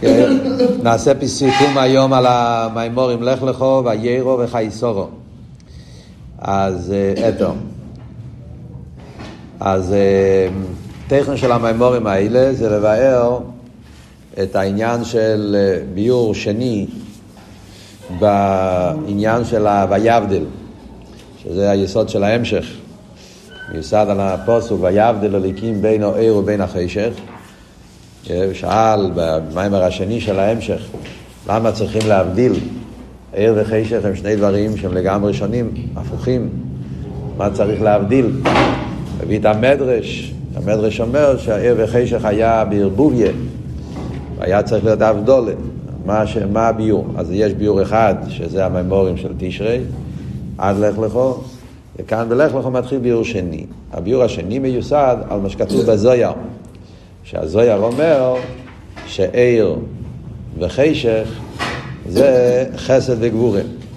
נעשה סיכום היום על המימורים לך לכו ויירו וחייסורו. אז טכן של המימורים האלה זה לבאר את העניין של ביור שני בעניין של ויבדל, שזה היסוד של ההמשך, מיוסד על הפסוק ויבדל אלוקים בין האור ובין החשך. שאל במאמר השני של ההמשך למה צריכים להבדיל. ער וחשך הם שני דברים שהם לגמרי שונים, הפוכים. מה צריך להבדיל? הביא את המדרש אומר שהער וחשך היה בערבוביה, היה צריך להיות הבדלה. מה הביור? אז יש ביור אחד שזה המימורים של תשרי עד לך לכו, וכאן בלך לכו מתחיל ביור שני. הביור השני מיוסד על מה שכתוב בזויר, שהזויר אומר שעיר וחשך זה חסד וגבורה,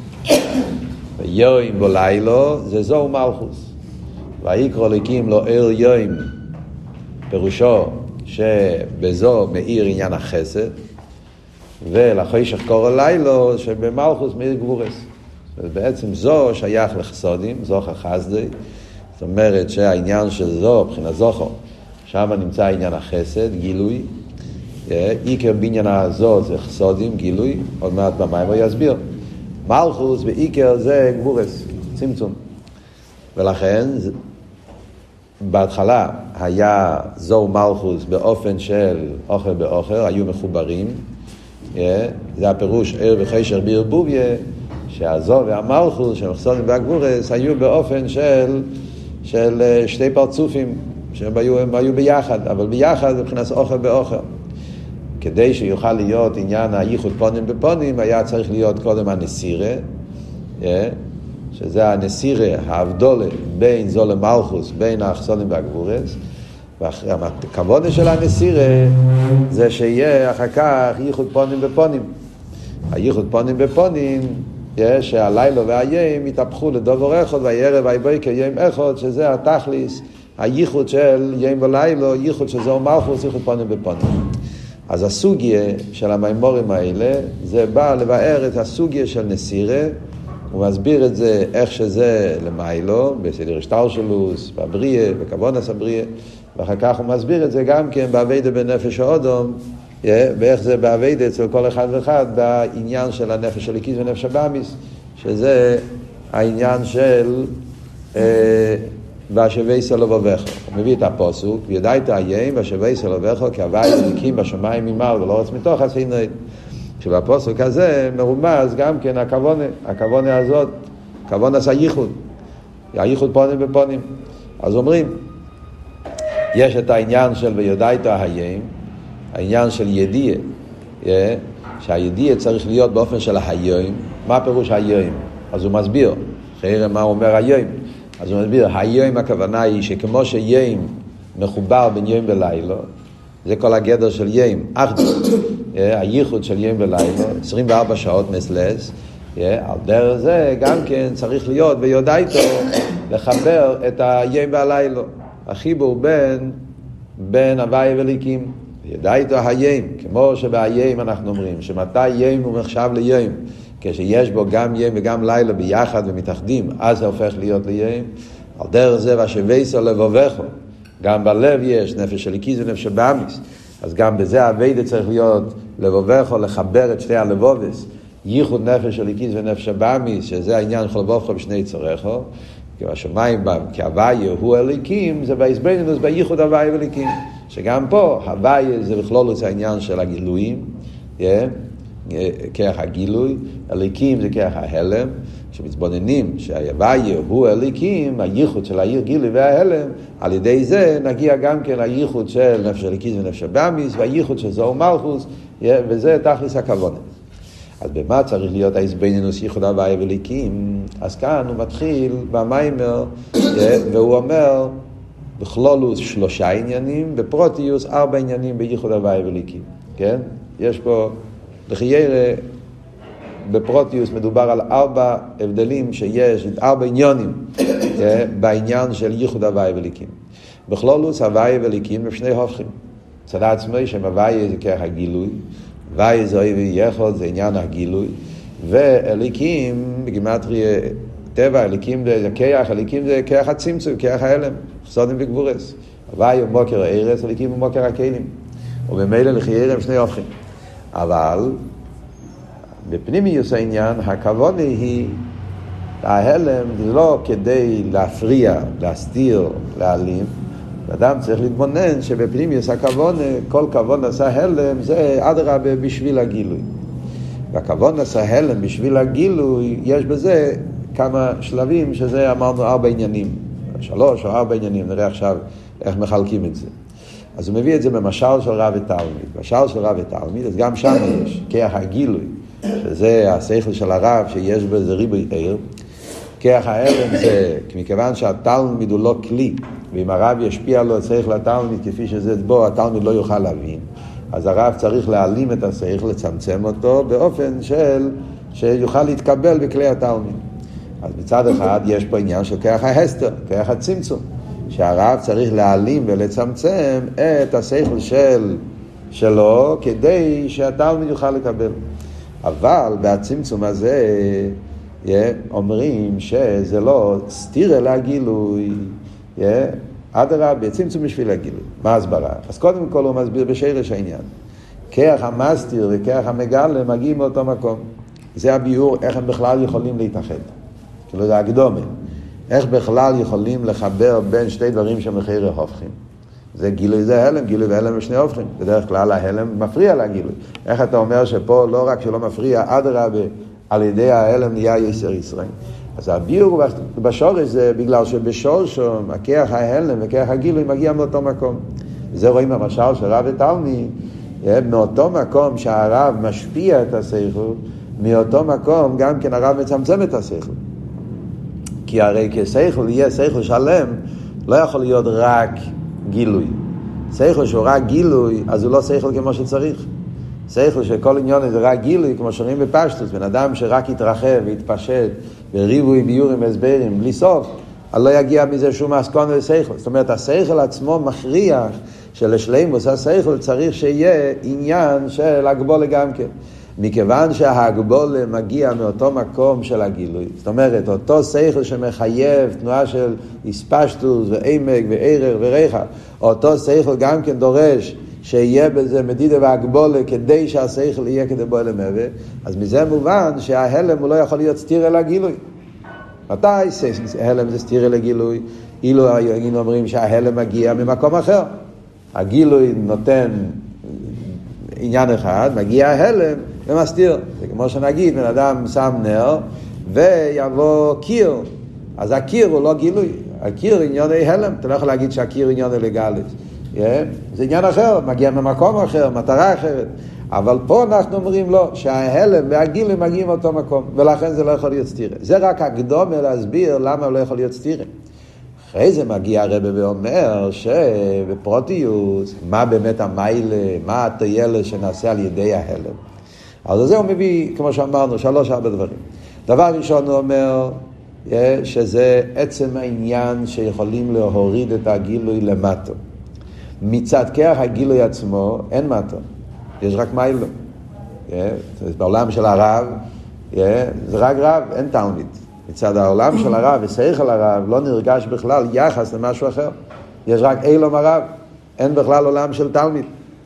ויום בלילו זה זו מלכוס. ויקרא אלוקים לו עיר יום, פירושו שבזו מאיר עניין החסד, ולחשך קורא לילו שבמלכוס מאיר גבורס. בעצם זו שייך לחסודים, זוכר חסדי, זאת אומרת שהעניין של זו בחינת זוכר, שם נמצא עניין החסד, גילוי. עיקר בעניין הזאת זה חסודים, גילוי. עוד מעט במים הוא יסביר. מלכוס בעיקר זה גבורס, צמצום. ולכן בהתחלה היה זו מלכוס באופן של אוכל באוכל, היו מחוברים. זה הפירוש ער וחשך בערבוביה, שהזו והמלכוס של חסודים והגבורס היו באופן של שתי פרצופים, שהם היו ביחד, אבל ביחד מבחינת אוכל באוכל. כדי שיוכל להיות עניין הייחוד פונים בפונים, היה צריך להיות קודם הנסירה, שזה הנסירה, ההבדולה בין זו למלכוס, בין החסונים והגבורס. והכוונה של הנסירה זה שיהיה אחר כך ייחוד פונים בפונים. הייחוד פונים בפונים, שהלילה והיים יתהפכו לדובר אחד, והערב והבוקר יום אחד, שזה התכליס, הייחוד של יום ולילה, ייחוד שזו מלכוס, ייחוד פונים בפונים. אז הסוגיה של המימורים האלה, זה בא לבאר את הסוגיה של נסירה, הוא מסביר את זה איך שזה למיילו, בסדר השתלשלות, בבריאה, בכוונס הבריאה, ואחר כך הוא מסביר את זה גם כן בעבודה בנפש האדם, ואיך זה בעבודה אצל כל אחד ואחד, בעניין של הנפש הליקיס ונפש הבאמיס, שזה העניין של והשבי סלובבך. הוא מביא את הפסוק, וידעת היום והשבי סלובבך כי הווי אלוקים בשמיים ממעל ולא ארץ מתוך עשינו. שבפסוק הזה מרומז גם כן הכוונה הזאת, כוונס הייחוד פונים בפונים. אז אומרים, יש את העניין של וידעת היום, העניין של ידיעה, שהידיעה צריך להיות באופן של היום. מה פירוש היום? אז הוא מסביר, אחרי מה הוא אומר היום. אז הוא מסביר, היום הכוונה היא שכמו שיום מחובר בין יום ולילה, זה כל הגדר של יום, אחדות, הייחוד של יום ולילה, 24 שעות מסלס, על דרך זה גם כן צריך להיות ויודעיתו לחבר את היום והלילה, החיבור בין הווי וליקים, ויודעיתו היום, כמו שבהיים אנחנו אומרים, שמתי יום הוא מחשב ליום, כשיש בו גם יום וגם לילה ביחד ומתאחדים, אז זה הופך להיות ליום. על דרך זה והשוויסו לבובך, גם בלב יש נפש הליקיס ונפש הבאמיס, אז גם בזה העבודה צריך להיות לבובך, לחבר את שתי הלבובס, ייחוד נפש הליקיס ונפש הבאמיס, שזה העניין של לבובך בשני צורך, כי השמיים כי הוויה הוא הליקים, זה בהסבנינוס בייחוד הוויה וליקים, שגם פה הוויה זה בכללות העניין של הגילויים, כרך הגילוי, הליקים זה כרך ההלם, שמצבוננים שההוויה הוא הליקים, הייחוד של הגילוי וההלם, על ידי זה נגיע גם כן הייחוד של נפש הליקיס ונפש הבאמיס, והייחוד של זו מלכוס, וזה תכלס הכוונה. אז במה צריך להיות ההסבנינוס ייחוד הוויה וליקים? אז כאן הוא מתחיל במיימר, והוא אומר בכלולוס 3 עניינים, בפרוטיוס 4 עניינים בייחוד הוויה וליקים. כן? יש פה לחיירה, בפרוטיוס מדובר על 4 הבדלים שיש, 4 עניונים בעניין של ייחוד הוויה וליקים. בכלולוס הוויה וליקים הם 2 הופכים. צד עצמי שם הוויה זה כרך הגילוי, הווי זוהי ויכול זה עניין הגילוי, ואליקים בגימטריה טבע, אליקים זה כיח, אליקים זה כיח הצמצום, כיח ההלם, סודם וגבורס. הווי הוא מוקר הארץ, אליקים הוא מוקר הכלים, ובמילא לחיירם הם שני הופכים. אבל בפנימיוס העניין הכוונה היא ההלם זה לא כדי להפריע, להסתיר, להעלים. אדם צריך להתבונן שבפנימיוס הכוונה, כל כוונה עשה הלם זה אדרבה בשביל הגילוי. והכוונה עשה הלם בשביל הגילוי יש בזה כמה שלבים, שזה אמרנו 4 עניינים, 3 או 4 עניינים, נראה עכשיו איך מחלקים את זה. אז הוא מביא את זה במשל של רב ותלמיד. במשל של רב ותלמיד, אז גם שם יש כיח הגילוי, שזה השכל של הרב שיש בזה ריבוי עיר. כיח ההלם זה מכיוון שהתלמיד הוא לא כלי, ואם הרב ישפיע לו צריך לתלמיד כפי שזה בו, התלמיד לא יוכל להבין. אז הרב צריך להעלים את השכל, לצמצם אותו באופן שיוכל להתקבל בכלי התלמיד. אז מצד אחד יש פה עניין של כיח ההסתר, כיח הצמצום, שהרב צריך להעלים ולצמצם את השכל שלו כדי שהתלמיד יוכל לקבל. אבל בצמצום הזה אומרים שזה לא סתירה לגילוי, אדרבה, צמצום בשביל הגילוי. מה הסברה? אז קודם כל הוא מסביר בשרש העניין. כיח המסתיר וכיח המגלה מגיעים מאותו מקום. זה הביאור איך הם בכלל יכולים להתאחד. כאילו זה הקדומה. איך בכלל יכולים לחבר בין שתי דברים שמחיר הופכים. זה גילוי, זה הלם, גילוי והלם הם שני הופכים. בדרך כלל ההלם מפריע לגילוי. איך אתה אומר שפה לא רק שלא מפריע, אדרבה, על ידי ההלם נהיה יסר ישראל. אז הביאור בשורש זה בגלל שבשורש הכיח ההלם וכיח הגילוי מגיע מאותו מקום. וזה רואים במשל של רב ותלמיד, מאותו מקום שהרב משפיע את השכל, מאותו מקום גם כן הרב מצמצם את השכל. כי הרי כשכל יהיה שכל שלם, לא יכול להיות רק גילוי. שכל שהוא רק גילוי, אז הוא לא שכל כמו שצריך. שכל שכל עניין זה רק גילוי, כמו שרים בפשטוס, בן אדם שרק יתרחב ויתפשט בריבוי ביורים והסברים בלי סוף, אז לא יגיע מזה שום מסקנה לשכל. זאת אומרת, השכל עצמו מכריח שלשלימוס השכל צריך שיהיה עניין של הגבולה גם כן. מכיוון שההגבולה מגיע מאותו מקום של הגילוי. זאת אומרת, אותו שכל שמחייב תנועה של הספשטוס ועמק וערר וריחה, אותו שכל גם כן דורש שיהיה בזה מדידה והגבולה כדי שהשכל יהיה כדי בו למבה. אז מזה מובן שההלם הוא לא יכול להיות סתירה לגילוי. מתי ההלם זה סתירה לגילוי? אילו היינו אומרים שההלם מגיע ממקום אחר. הגילוי נותן עניין אחד, מגיע ההלם ומסתיר. זה כמו שנגיד, בן אדם שם נר ויבוא קיר. אז הקיר הוא לא גילוי. הקיר ענייני הלם. אתה לא יכול להגיד שהקיר ענייני לגלית. זה עניין אחר, מגיע ממקום אחר, מטרה אחרת. אבל פה אנחנו אומרים לו שההלם והגילוי מגיעים מאותו מקום, ולכן זה לא יכול להיות סתירה. זה רק הקדומה להסביר למה לא יכול להיות סתירה. אחרי זה מגיע הרב ואומר שבפרוטיוס, מה באמת המיילה, מה הטיילה שנעשה על ידי ההלם. אז זה הוא מביא, כמו שאמרנו, 3-4 דברים. דבר ראשון הוא אומר שזה עצם העניין שיכולים להוריד את הגילוי למטה. מצד כיח הגילוי עצמו אין מטה, יש רק מיילו. בעולם של הרב זה רק רב, אין תלמיד. מצד העולם של הרב ושכל הרב לא נרגש בכלל יחס למשהו אחר. יש רק אילום הרב, אין בכלל עולם של תלמיד.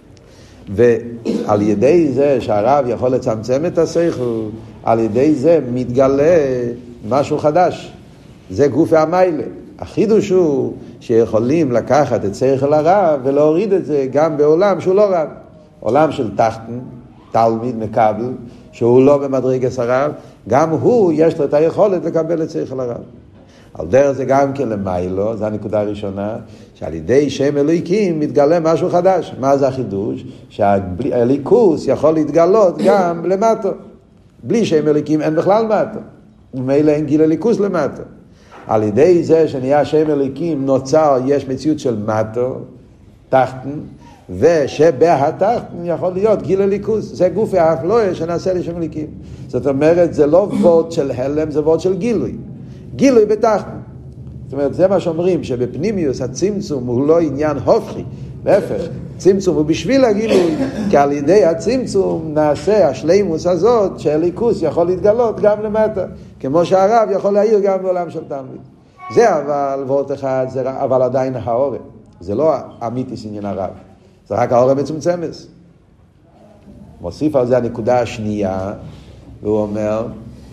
ועל ידי זה שהרב יכול לצמצם את השכל, על ידי זה מתגלה משהו חדש. זה גוף המיילה. החידוש הוא שיכולים לקחת את שכל הרב ולהוריד את זה גם בעולם שהוא לא רב. עולם של תחתן, תלמיד מקבל, שהוא לא במדרגת הרב, גם הוא יש לו את היכולת לקבל את שכל הרב. על דרך זה גם כן למיילו, זו הנקודה הראשונה, שעל ידי שם אלוהיקים מתגלה משהו חדש. מה זה החידוש? שהליכוס יכול להתגלות גם למטה. בלי שם אלוהיקים אין בכלל מטה. ומילא אין גיל הליכוס למטה. על ידי זה שנהיה שם אלוהיקים נוצר, יש מציאות של מטו, תחתן, ושבהתחתן יכול להיות גיל הליכוס. זה גוף האפלואה שנעשה לשם אלוהיקים. זאת אומרת, זה לא ווד של הלם, זה ווד של גילוי. גילוי בתחתן. זאת אומרת, זה מה שאומרים, שבפנימיוס הצמצום הוא לא עניין הופכי, להפך, צמצום הוא בשביל הגילוי, כי על ידי הצמצום נעשה השלימוס הזאת שהליכוס יכול להתגלות גם למטה, כמו שהרב יכול להעיר גם בעולם של תלמיד. זה אבל וורט אחד, אבל עדיין האורם, זה לא אמיתיס עניין הרב, זה רק האורם מצומצמס. מוסיף על זה הנקודה השנייה, והוא אומר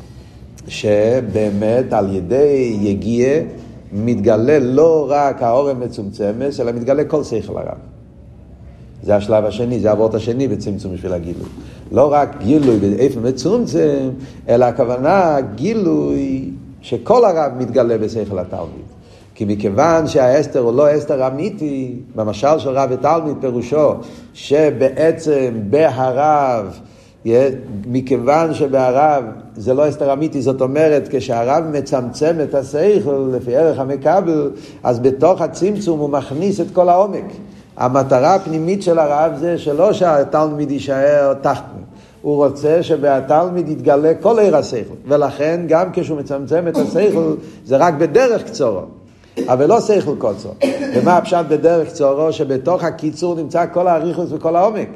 שבאמת על ידי יגיע מתגלה לא רק האורם מצומצמס, אלא מתגלה כל שכל הרב. זה השלב השני, זה העבוד השני בצמצום בשביל הגילוי. לא רק גילוי באיפה מצומצם, אלא הכוונה גילוי שכל הרב מתגלה בשכל התלמיד. כי מכיוון שהאסתר הוא לא אסתר אמיתי, במשל של רב ותלמיד פירושו שבעצם בהרב, מכיוון שבהרב זה לא אסתר אמיתי, זאת אומרת כשהרב מצמצם את השכל לפי ערך המקבל, אז בתוך הצמצום הוא מכניס את כל העומק. המטרה הפנימית של הרב זה שלא שהתלמיד יישאר תחתן, הוא רוצה שבתלמיד יתגלה כל עיר השכל, ולכן גם כשהוא מצמצם את השכל זה רק בדרך קצורו, אבל לא שכל קוצר. ומה הפשט בדרך קצורו? שבתוך הקיצור נמצא כל האריכות וכל העומק.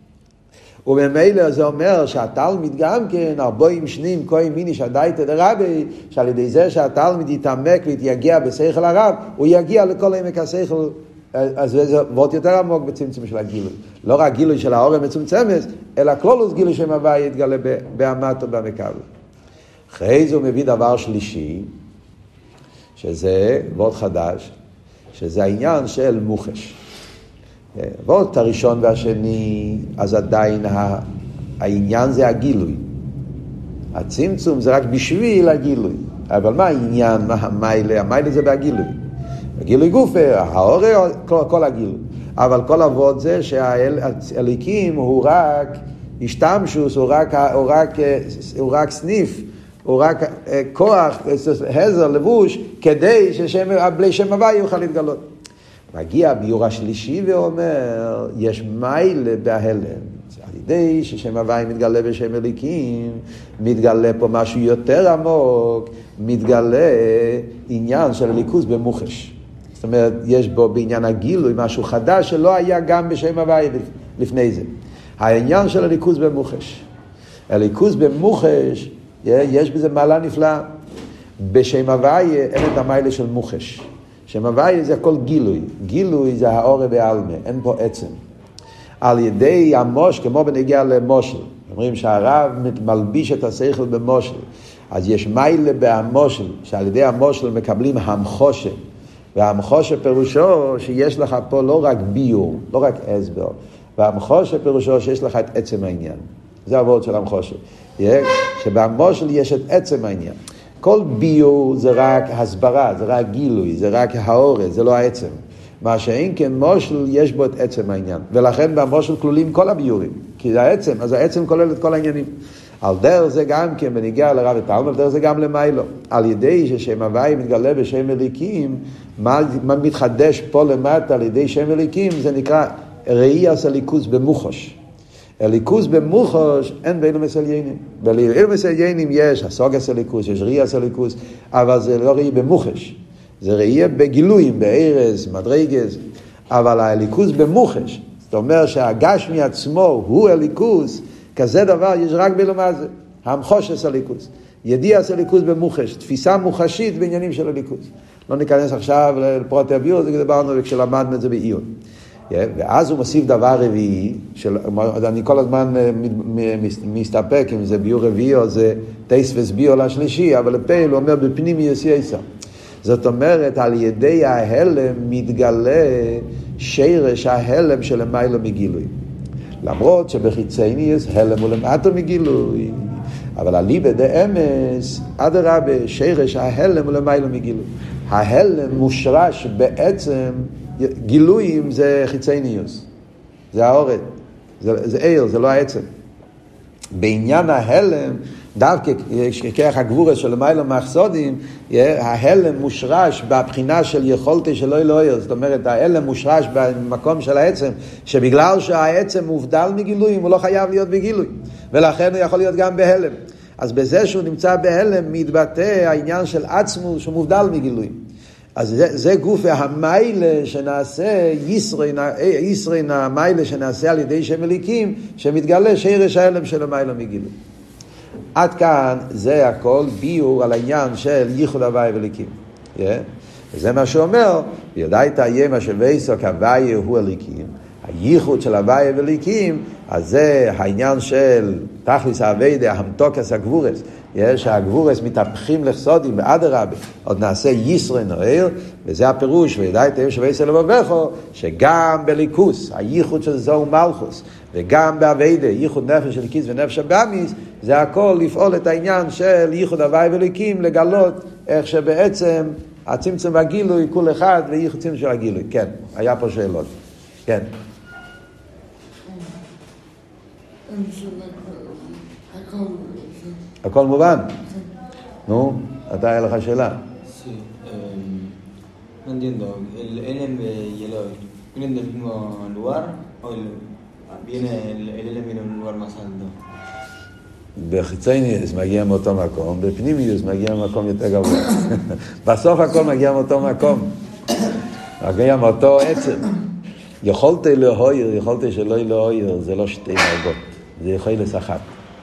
ובמילא זה אומר שהתלמיד גם כן, 40 שנים, כהן מיניש הדייתא דרבי, שעל ידי זה שהתלמיד יתעמק ויתייגע בשכל הרב, הוא יגיע לכל עמק השכל, אז זה מאוד יותר עמוק בצמצום של הגילוי. לא רק גילוי של האורם מצומצמס, אלא כלולוס גילוי שמבא יתגלה באמת או במקבל. אחרי זה הוא מביא דבר שלישי, שזה מאוד חדש, שזה העניין של מוחש. ועוד הראשון והשני, אז עדיין העניין זה הגילוי. הצמצום זה רק בשביל הגילוי. אבל מה העניין, מה המיילה? המיילה זה בהגילוי. הגילוי גופה, האורי, כל הגילוי. אבל כל עבוד זה שהאליקים הוא רק השתמשוס, הוא רק סניף, הוא רק כוח, הזר, לבוש, כדי שבלי שם הווה יוכל להתגלות. מגיע הביור השלישי ואומר, יש מיילה בהלם. על ידי ששם הווה מתגלה בשם אליקים, מתגלה פה משהו יותר עמוק, מתגלה עניין של הליכוז במוחש. זאת אומרת, יש בו בעניין הגילוי משהו חדש שלא היה גם בשם הווה לפני זה. העניין של הליכוז במוחש. הליכוז במוחש, יש בזה מעלה נפלאה. בשם הווה אין את המיילה של מוחש. שם הוויה זה הכל גילוי. גילוי זה האורה בעלמה, אין פה עצם. על ידי המוש, כמו בנגיע למושל, אומרים שהרב מלביש את השכל במושל, אז יש מיילה בהמושל, שעל ידי המושל מקבלים המחושה, והמחושה פירושו שיש לך פה לא רק ביור, לא רק הסבר, והמחושה פירושו שיש לך את עצם העניין. זה העבוד של המחושה. שבהמושל יש את עצם העניין. כל ביור זה רק הסברה, זה רק גילוי, זה רק האורס, זה לא העצם. מה שאין כן מושל יש בו את עצם העניין. ולכן במושל כלולים כל הביורים. כי זה העצם, אז העצם כולל את כל העניינים. על דרך זה גם כן בניגיע לרב ותלמיד, על דרך זה גם למיילו. על ידי ששם הוויה מתגלה בשם אליקים, מה מתחדש פה למטה על ידי שם אליקים, זה נקרא ראיית הליכוז במוחש. הליכוז במוחש אין באילומס עליינים. באילומס עליינים יש הסוגס הליכוז, יש ראיית הליכוז, אבל זה לא ראייה במוחש. זה ראייה בגילויים, בארז, מדרגז. אבל הליכוז במוחש, זאת אומרת שהגשמי עצמו הוא הליכוז, כזה דבר יש רק באילומס זה. המחושס הליכוז. ידיעת הליכוז במוחש, תפיסה מוחשית בעניינים של הליכוז. לא ניכנס עכשיו לפרוטי הביור, זה דיברנו כשלמדנו את זה בעיון. ואז הוא מוסיף דבר רביעי, אני כל הזמן מסתפק אם זה ביור רביעי או זה טייס וסביעו לשלישי, אבל לפעיל הוא אומר בפנים יסייסה. זאת אומרת, על ידי ההלם מתגלה שרש ההלם של המיילו מגילוי. למרות שבחיצייני יש הלם ולמטה מגילוי, אבל אליבא דאמס, אדרבה, שרש ההלם ולמיילו מגילוי. ההלם מושרש בעצם, גילויים זה חיצייניוס, זה האורת, זה עיר, זה לא העצם. בעניין ההלם, דווקא ככך הגבורה של מיילו מחסודים, ההלם מושרש בבחינה של יכולתי שלא אלוהיר. זאת אומרת, ההלם מושרש במקום של העצם, שבגלל שהעצם מובדל מגילויים, הוא לא חייב להיות בגילוי, ולכן הוא יכול להיות גם בהלם. אז בזה שהוא נמצא בהלם מתבטא העניין של עצמו שהוא מובדל מגילויים. אז זה גוף המיילה שנעשה, ישרין המיילה שנעשה על ידי שם אליקים, שמתגלה שרש ההלם של המיילה מגילוי. עד כאן זה הכל ביור על העניין של ייחוד הוואי ואליקים. וזה מה שאומר, וידעת ימה של וייסו כהוואי הוא אליקים. הייחוד של הוואי ואליקים, אז זה העניין של תכליס העבודה, המתוקס הגבורס. שהגבורס מתהפכים לחסודים באדרבה, עוד נעשה ישרין נוער, וזה הפירוש, וידעת ימה של וייסו לבבכו, שגם בליכוס, הייחוד של זו מלכוס, וגם בעבודה, ייחוד נפש של קיס ונפש הבאמיס, זה הכל לפעול את העניין של ייחוד הוואי ואליקים, לגלות איך שבעצם הצמצום והגילוי כל אחד וייחוד צמצום של הגילוי. כן, היה פה שאלות. כן. הכל מובן? נו, אתה היה לך שאלה. Sí, no entiendo. ¿El Elem y el Hoy vienen del mismo lugar o viene el Elem viene de un lugar más alto? בחיצוניוס מגיע מאותו מקום, בפנימיוס מגיע ממקום יותר גבוה. בסוף הכל מגיע מאותו מקום. מגיע מאותו עצם. יכולת להויר, יכולת שלא להויר, זה לא שתי דרגות. זה יכול לשחק.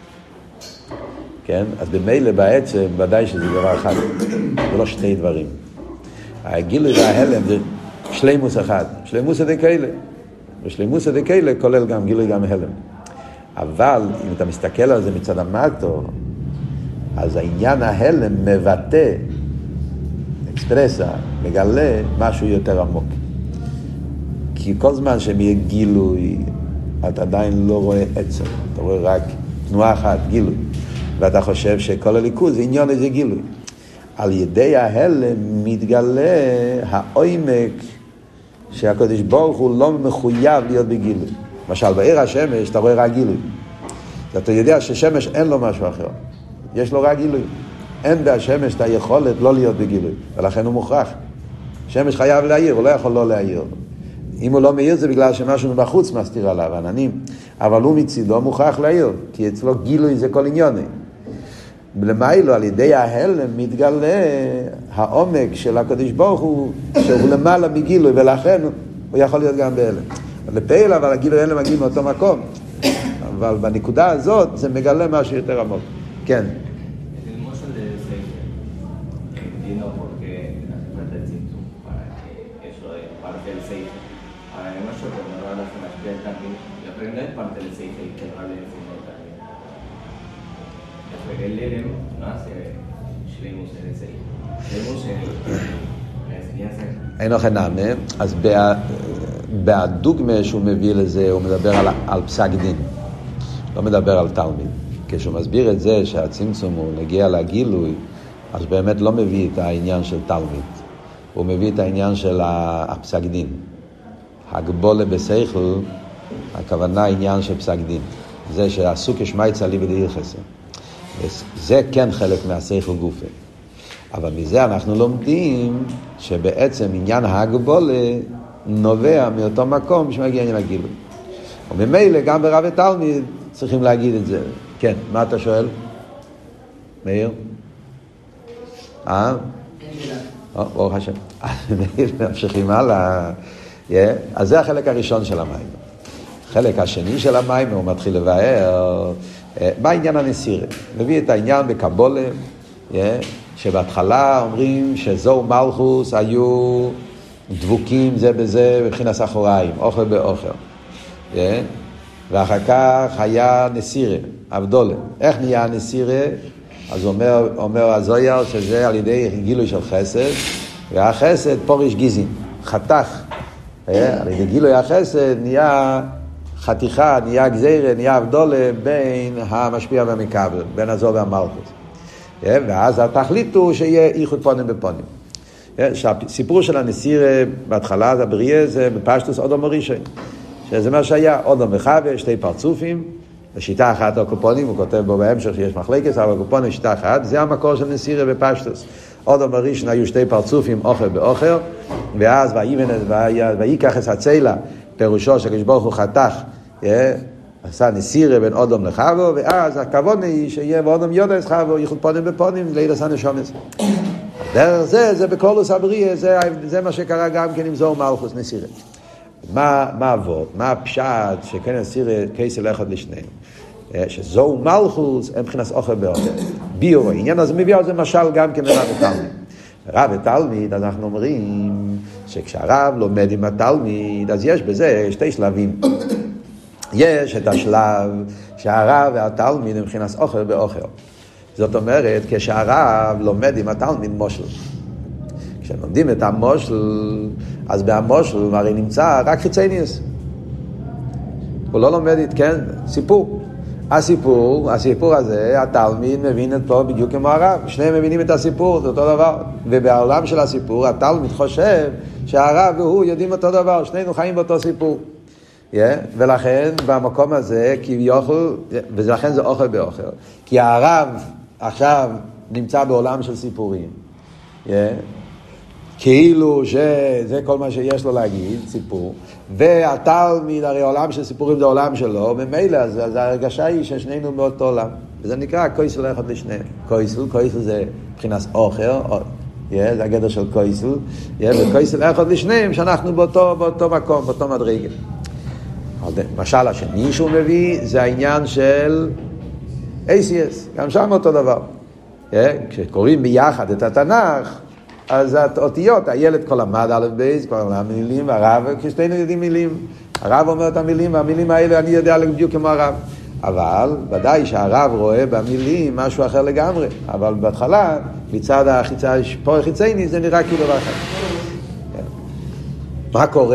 כן? אז במילא בעצם ודאי שזה דבר אחד. זה לא שתי דברים. הגילוי וההלם זה שלימוס אחד. שלימוס דקיילה. ושלימוס דקיילה כולל גם גילוי גם הלם. אבל אם אתה מסתכל על זה מצד המטו, אז העניין ההלם מבטא, אקספרסה, מגלה משהו יותר עמוק. כי כל זמן שהם יהיה גילוי, אתה עדיין לא רואה עצם, אתה רואה רק תנועה אחת, גילוי. ואתה חושב שכל הליכוז זה עניין איזה גילוי. על ידי ההלם מתגלה העומק שהקדוש ברוך הוא לא מחויב להיות בגילוי. למשל, בעיר השמש אתה רואה רק גילוי. אתה יודע ששמש אין לו משהו אחר. יש לו רק גילוי. אין בהשמש את היכולת לא להיות בגילוי. ולכן הוא מוכרח. שמש חייב להעיר, הוא לא יכול לא להעיר. אם הוא לא מאיר זה בגלל שמשהו מבחוץ מסתיר עליו, עננים. אבל הוא מצידו מוכרח להעיר. כי אצלו גילוי זה כל עניוני. למיילו, על ידי ההלם מתגלה העומק של הקדוש ברוך הוא, שהוא למעלה מגילוי, ולכן הוא יכול להיות גם בהלם. לפעיל, אבל הגילוי האלה מגיעים מאותו מקום. אבל בנקודה הזאת זה מגלה משהו יותר עמוק. כן. el Elem no hace Shleimus en el Seif. Shleimus en la enseñanza. אין אוכל נעמה, אז בדוגמה שהוא מביא לזה, הוא מדבר על פסק דין. לא מדבר על תלמיד. כשהוא מסביר את זה שהצמצום הוא נגיע לגילוי, אז באמת לא מביא את העניין של תלמיד. הוא מביא את העניין של הפסק דין. הגבולה בשכל, הכוונה העניין של פסק דין. זה שעשו כשמייץ עלי בדיר חסר. זה כן חלק מהשכל גופה. אבל מזה אנחנו לומדים שבעצם עניין ההגבולה נובע מאותו מקום שמגיע עניין הגילוי. וממילא גם ברב ותלמיד צריכים להגיד את זה. כן, מה אתה שואל? מאיר? ברוך השם. מאיר, ממשיכים הלאה. אז זה החלק הראשון של המים. החלק השני של המים הוא מתחיל לבאר מה העניין הנסירה. מביא את העניין בקבולה, שבהתחלה אומרים שזו מלכוס היו דבוקים זה בזה בבחינת אחוריים, אוכל באוכל. ואחר כך היה נסירה, אבדולה. איך נהיה נסירה? אז אומר הזויר שזה על ידי גילוי של חסד, והחסד פורש גיזין, חתך. על ידי גילוי החסד נהיה חתיכה, נהיה גזירה, נהיה אבדולה בין המשפיע והמקבל, בין הזו והמלכוס. ואז התכלית הוא שיהיה איחוד פונים בפונים. שהסיפור של הנסירה בהתחלה, זה הבריאה, זה בפשטוס אודום הראשון. שזה מה שהיה, אודום וחווה, שתי פרצופים, בשיטה אחת הקופונים, הוא כותב בו בהמשך שיש מחלקת, אבל הקופונים שיטה אחת, זה המקור של נסירה בפשטוס. אודום הראשון היו שתי פרצופים, אוכל באוכל, ואז ויקח את הצלע, פירושו שהקדוש ברוך הוא חתך, עשה נסירה בין אודום לחבו, ואז הכוונה היא שיהיה ואודום יודע את חבו, ייחוד פונים בפונים, ליל עשה נשומס. דרך זה בקולוס הבריא, זה מה שקרה גם כן עם זוהר מלכוס נסירה. מה עבוד? מה הפשט שכן נסירה כסל אחד לשניהם? שזוהר מלכוס הם מבחינת אוכל באוכל. ביור העניין הזה מביא על זה משל גם כן לרב ותלמיד. רב ותלמיד, אנחנו אומרים שכשהרב לומד עם התלמיד, אז יש בזה שתי שלבים. יש את השלב שהרב והתלמיד הם מבחינת אוכל באוכל. זאת אומרת, כשהרב לומד עם התלמיד מושל. כשלומדים את המושל, אז במושל הרי נמצא רק חיצייניוס. הוא לא לומד את, כן, סיפור. הסיפור הזה, התלמיד מבין אותו בדיוק כמו הרב. שניהם מבינים את הסיפור, זה אותו דבר. ובעולם של הסיפור, התלמיד חושב שהרב והוא יודעים אותו דבר. שנינו חיים באותו סיפור. ולכן במקום הזה כביכול, ולכן זה אוכל באוכל, כי הרב עכשיו נמצא בעולם של סיפורים, כאילו שזה כל מה שיש לו להגיד, סיפור, והתלמיד הרי עולם של סיפורים זה עולם שלו, ומילא אז ההרגשה היא ששנינו באותו עולם, וזה נקרא קויסל אחד לשניהם. קויסל זה מבחינת אוכל, זה הגדר של קויסל, וקויסל אחד לשניהם שאנחנו באותו מקום, באותו מדרגה. המשל השני שהוא מביא זה העניין של ACS, גם שם אותו דבר. כשקוראים ביחד את התנ"ך, אז האותיות, הילד כל למד א' בייס, כל למד מילים, הרב, כשתינו יודעים מילים, הרב אומר את המילים, והמילים האלה אני יודע בדיוק כמו הרב. אבל ודאי שהרב רואה במילים משהו אחר לגמרי, אבל בהתחלה, מצד החיצייני, זה נראה כאילו דבר אחר. מה קורה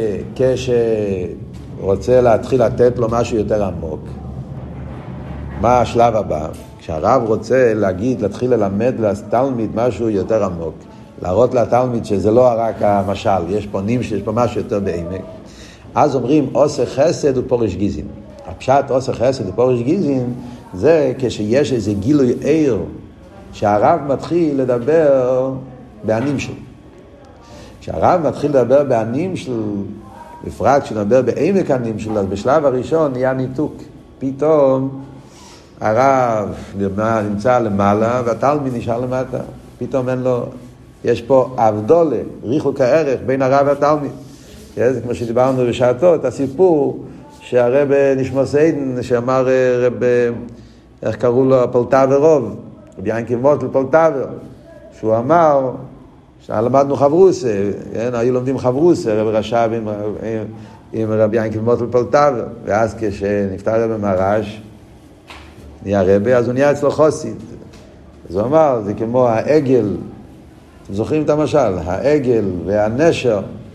רוצה להתחיל לתת לו משהו יותר עמוק? מה השלב הבא? כשהרב רוצה להתחיל ללמד לתלמיד משהו יותר עמוק, להראות לתלמיד שזה לא רק המשל, יש פה נימש, יש פה משהו יותר בעמק, אז אומרים עושה חסד ופורש גיזין. הפשט עושה חסד ופורש גיזין זה כשיש איזה גילוי עיר שהרב מתחיל לדבר בענים שלו. כשהרב מתחיל לדבר בענים שלו, בפרט כשנדבר בעמק הנים שלו, אז בשלב הראשון נהיה ניתוק. פתאום הרב נמצא למעלה והתלמיד נשאר למטה. פתאום אין לו, יש פה אבדולה, ריחוק הערך בין הרב והתלמיד. זה כמו שדיברנו בשעתו, את הסיפור שהרב נשמע סיידן, שאמר רב, איך קראו לו, פולטאבר רוב, רבי ינקי מוטל פולטאבר, שהוא אמר, למדנו חברוסה, היו לומדים חברוסה, רב רשב עם רבי ינקי מוטל פולטאבר, ואז כשנפטר רב מרש, נהיה רבי, אז הוא נהיה אצלו חוסיד. אז הוא אמר, זה כמו העגל, אתם זוכרים את המשל, העגל והנשר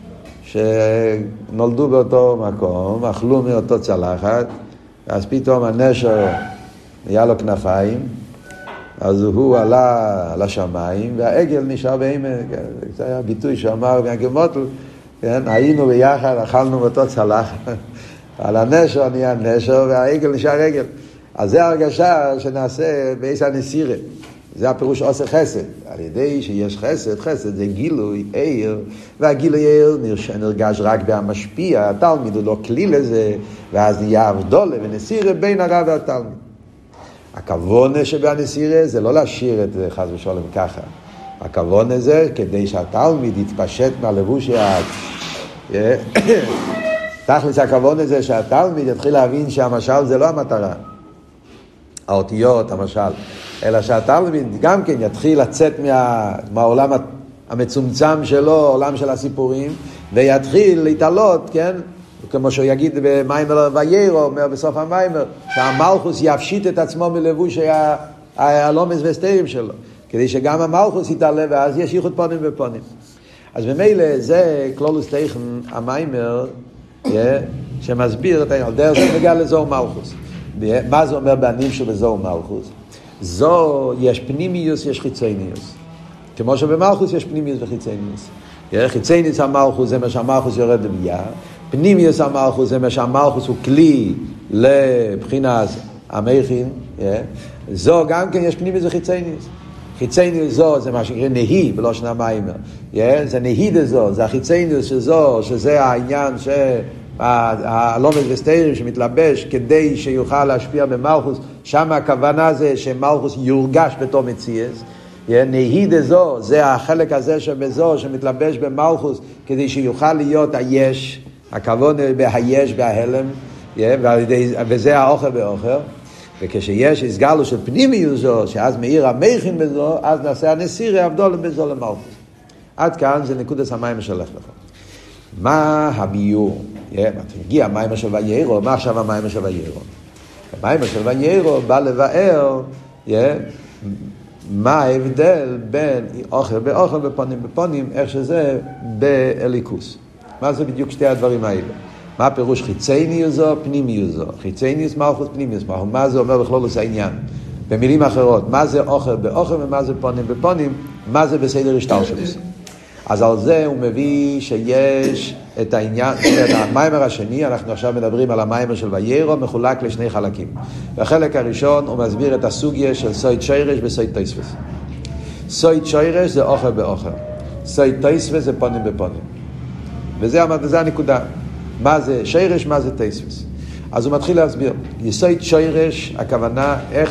שנולדו באותו מקום, אכלו מאותו צלחת, ואז פתאום הנשר נהיה לו כנפיים, אז הוא עלה לשמיים, והעגל נשאר בעמק. זה היה ביטוי שאמר ינקי מוטל, היינו ביחד, אכלנו באותו צלחת, על הנשר נהיה נשר, והעגל נשאר עגל. אז זה הרגשה שנעשה בעיס הנסירה. זה הפירוש עושה חסד. על ידי שיש חסד, חסד זה גילוי עיר, והגילוי עיר נרגש רק בהמשפיע, התלמיד הוא לא כלי לזה, ואז נהיה אבדולה ונסירה בין הרב והתלמיד. הכוונה שבנסירה זה לא להשאיר את זה חס ושלום ככה. הכוונה זה כדי שהתלמיד יתפשט מהלבוש העד. תכלס הכוונה זה שהתלמיד יתחיל להבין שהמשל זה לא המטרה. האותיות, המשל, אלא שהתלמיד גם כן יתחיל לצאת מהעולם המצומצם שלו, העולם של הסיפורים, ויתחיל להתעלות, כן? כמו שהוא יגיד במיימר ויירו, אומר בסוף המיימר, שהמלכוס יפשיט את עצמו מלבוש הלומס והסתרים שלו, כדי שגם המלכוס יתעלה, ואז יש ייחוד פונים ופונים. אז במילא זה כלולוס תכן המיימר, שמסביר את העניין, דרך זה מגיע לזוהר מלכוס. מה זה אומר בענים שבזוהר מלכוס? זו יש פנימיוס, יש חיצייניוס. כמו שבמלכוס יש פנימיוס וחיצייניוס. חיצייניוס המלכוס זה מה שהמלכוס יורד לבייה, פנימיוס המלכוס זה מה שהמלכוס הוא כלי לבחינת המכין. זו גם כן יש פנימיוס וחיצייניוס. חיצייניוס זו זה מה שקוראים נהי בלושן המיימר. זה נהי דזו, זה החיצייניוס שזו, שזה העניין הלומד וסתירים שמתלבש כדי שיוכל להשפיע במלכוס. שם הכוונה זה שמלכוס יורגש בתור מציאס. נהי דזו, זה החלק הזה שבזו, שמתלבש במלכוס, כדי שיוכל להיות היש, הכוון בהיש, בהלם, וזה האוכל באוכל. וכשיש הסגלו של פנימיות זו, שאז מאיר המכין בזו, אז נעשה הנסירי הבדול בזו למלכוס. עד כאן זה נקודת המים שלך לך. מה הביור? הגיע המים של ויירו, מה עכשיו המים של ויירו? המים של ויירו בא לבאר מה ההבדל בין אוכל באוכל ופונים בפונים, איך שזה באליקוס. מה זה בדיוק שתי הדברים האלה? מה פירוש חיצייניוס זו, פנימיוס זו? חיצייניוס מלכוס, פנימיוס מלכוס. מה זה אומר בכלולוס העניין? במילים אחרות, מה זה אוכל באוכל ומה זה פונים בפונים, מה זה בסדר השתלשלות. אז על זה הוא מביא שיש את העניין, את המיימר השני, אנחנו עכשיו מדברים על המיימר של ויירו, מחולק לשני חלקים. בחלק הראשון הוא מסביר את הסוגיה של סויד שיירש וסויד תייספס. סויד שיירש זה אוכל באוכל, סויד תייספס זה פונים בפונים. וזה הנקודה. מה זה שיירש, מה זה תייספס. אז הוא מתחיל להסביר. יסויד שיירש, הכוונה איך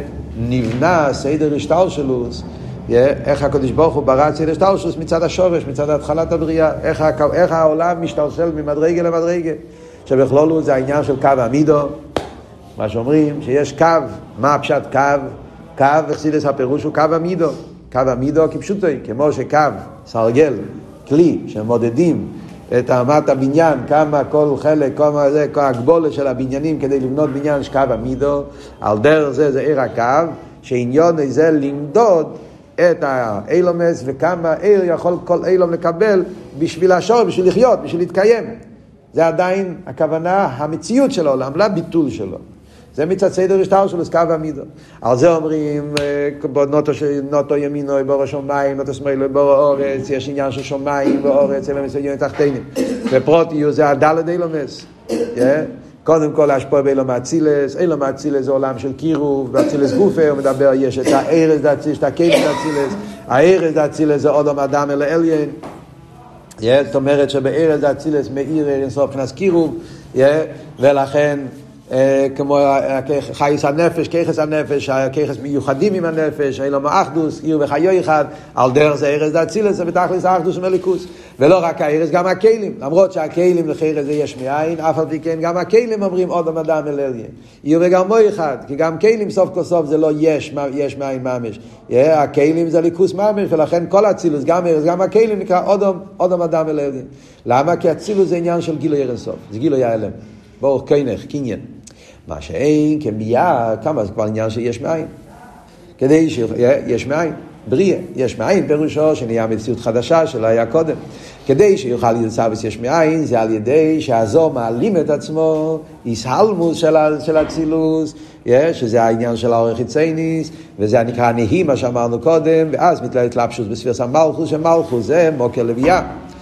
שנבנה סדר השתלשלות, איך הקדוש ברוך הוא ברא סדר השתלשלות מצד השורש, מצד התחלת הבריאה, איך העולם משתלשל ממדרגה למדרגה. שבכלולו זה העניין של קו המידו, מה שאומרים שיש קו, מה הפשט קו? קו, וחסידס הפירוש הוא קו המידו. קו המידו כפשוטוי, כמו שקו, סרגל, כלי שמודדים את אמת הבניין, כמה כל חלק, כמה זה, כל הגבולה של הבניינים כדי לבנות בניין שקו המידו, על דרך זה עיר הקו, שעניון זה למדוד את האילומס וכמה איר יכול כל אילום לקבל בשביל השור, בשביל לחיות, בשביל להתקיים. זה עדיין הכוונה, המציאות של העולם, לא ביטול שלו. זה מצד סדר השטר של קו המידו. על זה אומרים, נוטו ימינו בור השומיים, נוטו שמאלו בור האורץ, יש עניין של שומיים ואורץ, אלא מסוימים תחתינים. ופרוטיוס זה הדלת אילומס. קודם כל להשפוע באילום האצילס, אילום האצילס זה עולם של קירוב, באצילס גופה הוא מדבר, יש את הארז דאצילס, את הקייס דאצילס, הארז דאצילס זה אודם אדם אל האליין. זאת אומרת שבארז דאצילס מאיר אינסוף פנס קירוב, ולכן כמו חייס הנפש, כיחס הנפש, כיחס מיוחדים עם הנפש, אילום האחדוס, עיר וחיו אחד, על דרך זה ארז דאצילס, זה בתכלס האחדוס ומליקוס. ולא רק הארז, גם הכלים. למרות שהכלים לחיר זה יש מאין, אף על פי כן גם הכלים אומרים אודם אדם אל אליין. עיר וגם מו אחד, כי גם כלים סוף כל סוף זה לא יש מאין ממש. הכלים זה ליקוס ממש, ולכן כל הצילוס, גם ארז, גם הכלים נקרא אודם אדם אל אליין. למה? כי הצילוס זה עניין של גילוי ארז סוף. זה גילוי האלם. ברוך כנך, קניין. מה שאין כמיה, כמה זה כבר עניין שיש מאין. כדי שיש מאין, בריאה, יש מאין פירושו שנהיה מציאות חדשה שלא היה קודם. כדי שיוכל לצבס יש מאין, זה על ידי שהזו מעלים את עצמו, ישהלמוס של הצילוס, שזה העניין של האורך חיצייניס, וזה נקרא נהי, מה שאמרנו קודם, ואז מתלהת לפשוס בספירס המלכוס, שמלכוס זה מוקר לביאה.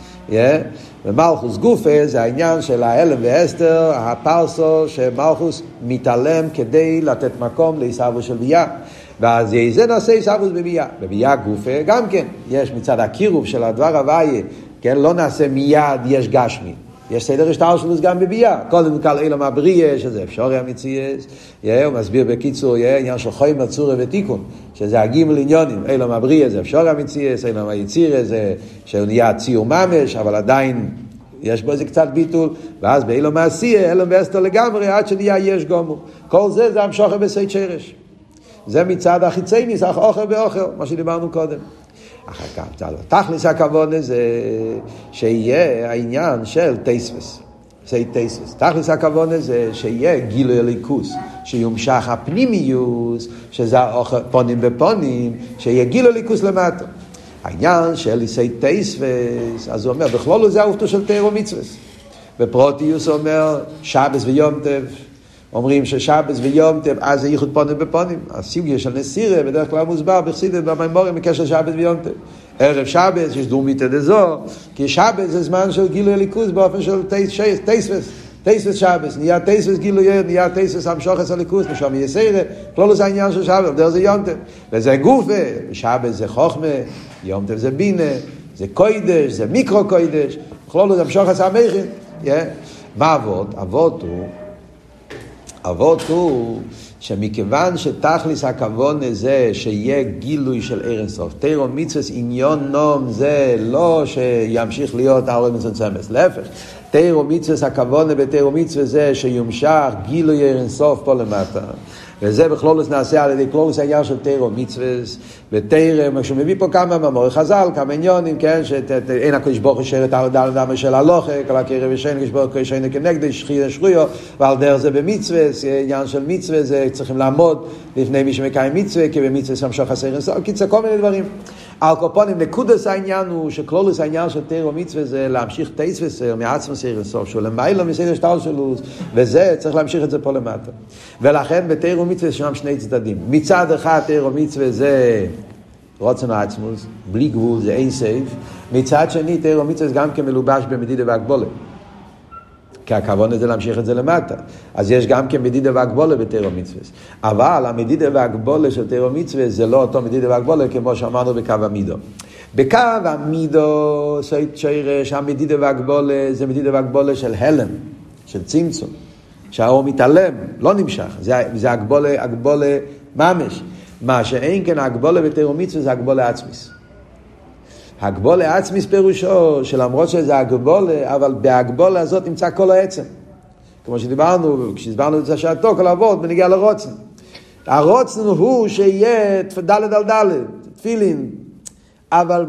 ומלכוס גופה זה העניין של האלם ואסתר, הפרסו שמלכוס מתעלם כדי לתת מקום לעיסאוו של ביאה. ואז זה נעשה עיסאוו בביאה. בביאה גופה גם כן, יש מצד הקירוב של הדבר הוויה, כן, לא נעשה מיד יש גשמי. יש סדר השתלשלות גם בביאה. קודם כל אילום הבריאה, שזה אפשרי המציאס. הוא מסביר בקיצור, עניין של חיים מצורה ותיקון, שזה הגימל עניונים. אילום הבריאה זה אפשרי המציאס, אילום היצירה זה שהוא נהיה ציור ממש, אבל עדיין יש בו איזה קצת ביטול. ואז באילום העשייה, אילום ואסתר לגמרי, עד שנהיה יש גומו. כל זה המשוכר בסייד שרש. זה מצד החיצייניס, אוכל באוכל, מה שדיברנו קודם. אחר כך, תכלס הכוון זה שיהיה העניין של תייספס, סייד תייספס. תכלס הכוון זה שיהיה גילוי אליקוס, שיומשך הפנימיוס, שזה פונים בפונים, שיהיה גילוי אליקוס למטה. העניין של סייד תייספס, אז הוא אומר, בכלולו זה האופתו של תורה ומצוות. בפרוטיוס אומר, שבס ויום טוב, אומרים ששבס ויום טוב, אז זה ייחוד פונים בפונים. הסוגיה של נסירה, בדרך כלל מוסבר בחסידות במיימורים בקשר שבס ויום טוב. ערב שבס, יש דורמיתא דזו, כי שבס זה זמן של גילוי אליקוס באופן של תייספס שבס. נהיה תייספס גילוי, נהיה תייספס המשוחס אליקוס, משום יסירה, כלולו זה העניין של שבס, דרך זה יום טוב. וזה גופה, שבס זה חוכמה, יום טוב זה בינה, זה קוידש, זה מיקרו קוידש, כלולו זה המשוחס המכין. מה אבות? אבות הוא אבות הוא שמכיוון שתכליס הכוון זה שיהיה גילוי של עיר אינסוף, תורה ומצוות עניון נום זה לא שימשיך להיות העולם מצומצמת, להפך, תורה ומצוות הכוון בתורה ומצוות זה שיומשך גילוי עיר אינסוף פה למטה, וזה בכלולוס נעשה על ידי כלולוס העניין של תורה ומצוות, ותורה, כשהוא מביא פה כמה מאמרי חז"ל, כמה עניונים, כן, שאין הקדוש ברוך הוא שרת על דמה של הלוכה, כל הקרב ושאין הקדוש ברוך הוא שאין כנגד שרויו, ועל דרך זה במצוות, עניין של מצוות, זה צריכים לעמוד לפני מי שמקיים מצווה, כי במצווה שמשוך חסר אינסוף, קיצר כל מיני דברים. על קופונים, נקודס העניין הוא שכלולוס העניין של תורה ומצווה זה להמשיך תייס וסר מעצמוס אינסוף, שהוא למיילו מסדר שטר שלו, וזה צריך להמשיך את זה פה למטה. ולכן בתורה ומצווה שם שני צדדים. מצד אחד תורה ומצווה זה רוצן העצמוס, בלי גבול, זה אין סייף. מצד שני תורה ומצווה זה גם כמלובש במדידה והגבולה. כי הכוונה זה להמשיך את זה למטה. אז יש גם כמדידה והגבולה בתורה ומצווה. אבל המדידה והגבולה של תורה ומצווה זה לא אותו מדידה והגבולה כמו שאמרנו בקו המידו. בקו המידו שורש המדידה והגבולה זה מדידה והגבולה של הלם, של צמצום. שהאור מתעלם, לא נמשך. זה הגבולה ממש. מה שאין כן הגבולה בתורה ומצווה זה הגבולה עצמיס. הגבולה עצמיס פירושו שלמרות שזה הגבולה, אבל בהגבולה הזאת נמצא כל העצם. כמו שדיברנו, כשדיברנו את זה שעתו, כל העבוד בנגיע לרוצן. הרוצן הוא שיהיה דלת על דלת, תפילין. אבל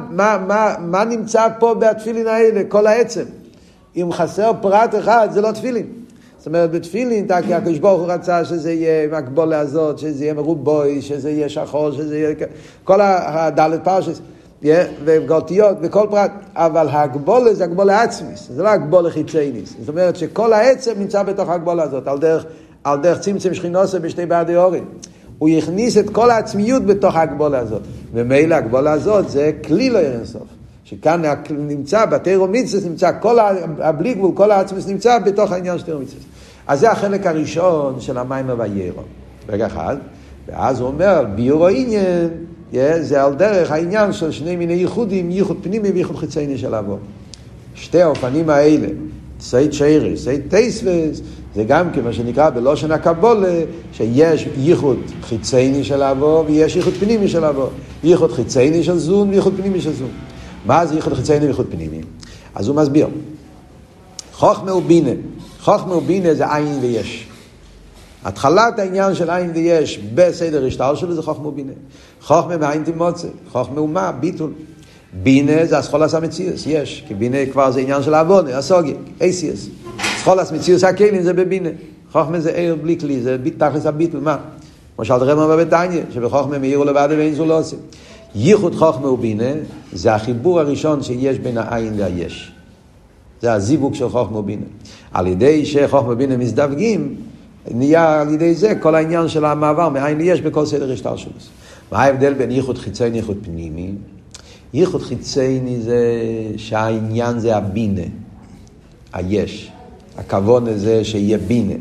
מה נמצא פה בתפילין האלה? כל העצם. אם חסר פרט אחד, זה לא תפילין. זאת אומרת, בתפילין, כי הקדוש ברוך הוא רצה שזה יהיה עם הגבולה הזאת, שזה יהיה מרובוי, שזה יהיה שחור, שזה יהיה כל הדלת פרשס. וגאותיות וכל פרט, אבל הגבולה זה הגבולה עצמיס, זה לא הגבולה חיצייניס. זאת אומרת שכל העצם נמצא בתוך הגבולה הזאת, על דרך צמצם שכינוסה בשתי בעדי אורים. הוא יכניס את כל העצמיות בתוך הגבולה הזאת. ומילא הגבולה הזאת זה כלי לא אינסוף. שכאן נמצא בתורה ומצוות, נמצא כל הבלי גבול, כל העצמיס נמצא בתוך העניין של תורה ומצוות. אז זה החלק הראשון של המים והיירו. רגע אחד, ואז הוא אומר, ביורו עניין, זה על דרך העניין של שני מיני ייחודים, ייחוד פנימי וייחוד חיצייני של אבו. שתי האופנים האלה, סייד שיירס, סייד טייסווס, זה גם כמו שנקרא בלושן הקבולה, שיש ייחוד חיצייני של אבו ויש ייחוד פנימי של אבו. ייחוד חיצייני של זון וייחוד פנימי של זון. מה זה ייחוד חיצייני וייחוד פנימי? אז הוא מסביר. חוכמה ובינה. חוכמה ובינה זה עין ויש. התחלת העניין של עין ויש בסדר השטר שלו זה חוכמה ובינה. חוכמה מעין תימוצה, חוכמה ומה, ביטול. בינה זה הסחולס המציאס, יש, כי בינה כבר זה עניין של אבונה, הסוגיה, אייסיאס. סחולס מציאס הכלים זה בבינה. חוכמה זה עיר בלי כלי, זה תכלס הביטול, מה? כמו שאלת רמר בבתניה, שבחוכמה מאירו לבד ואין זו לא עושה. ייחוד חוכמה ובינה זה החיבור הראשון שיש בין העין והיש. זה הזיווג של חוכמה ובינה. על ידי שחוכמה ובינה מזדווגים, נהיה על ידי זה כל העניין של המעבר מעין ליש בכל סדר השטר שלו. מה ההבדל בין ייחוד חיצייני ייחוד פנימי? ייחוד חיצייני זה שהעניין זה הבינה, היש. הכוון זה שיהיה בינה.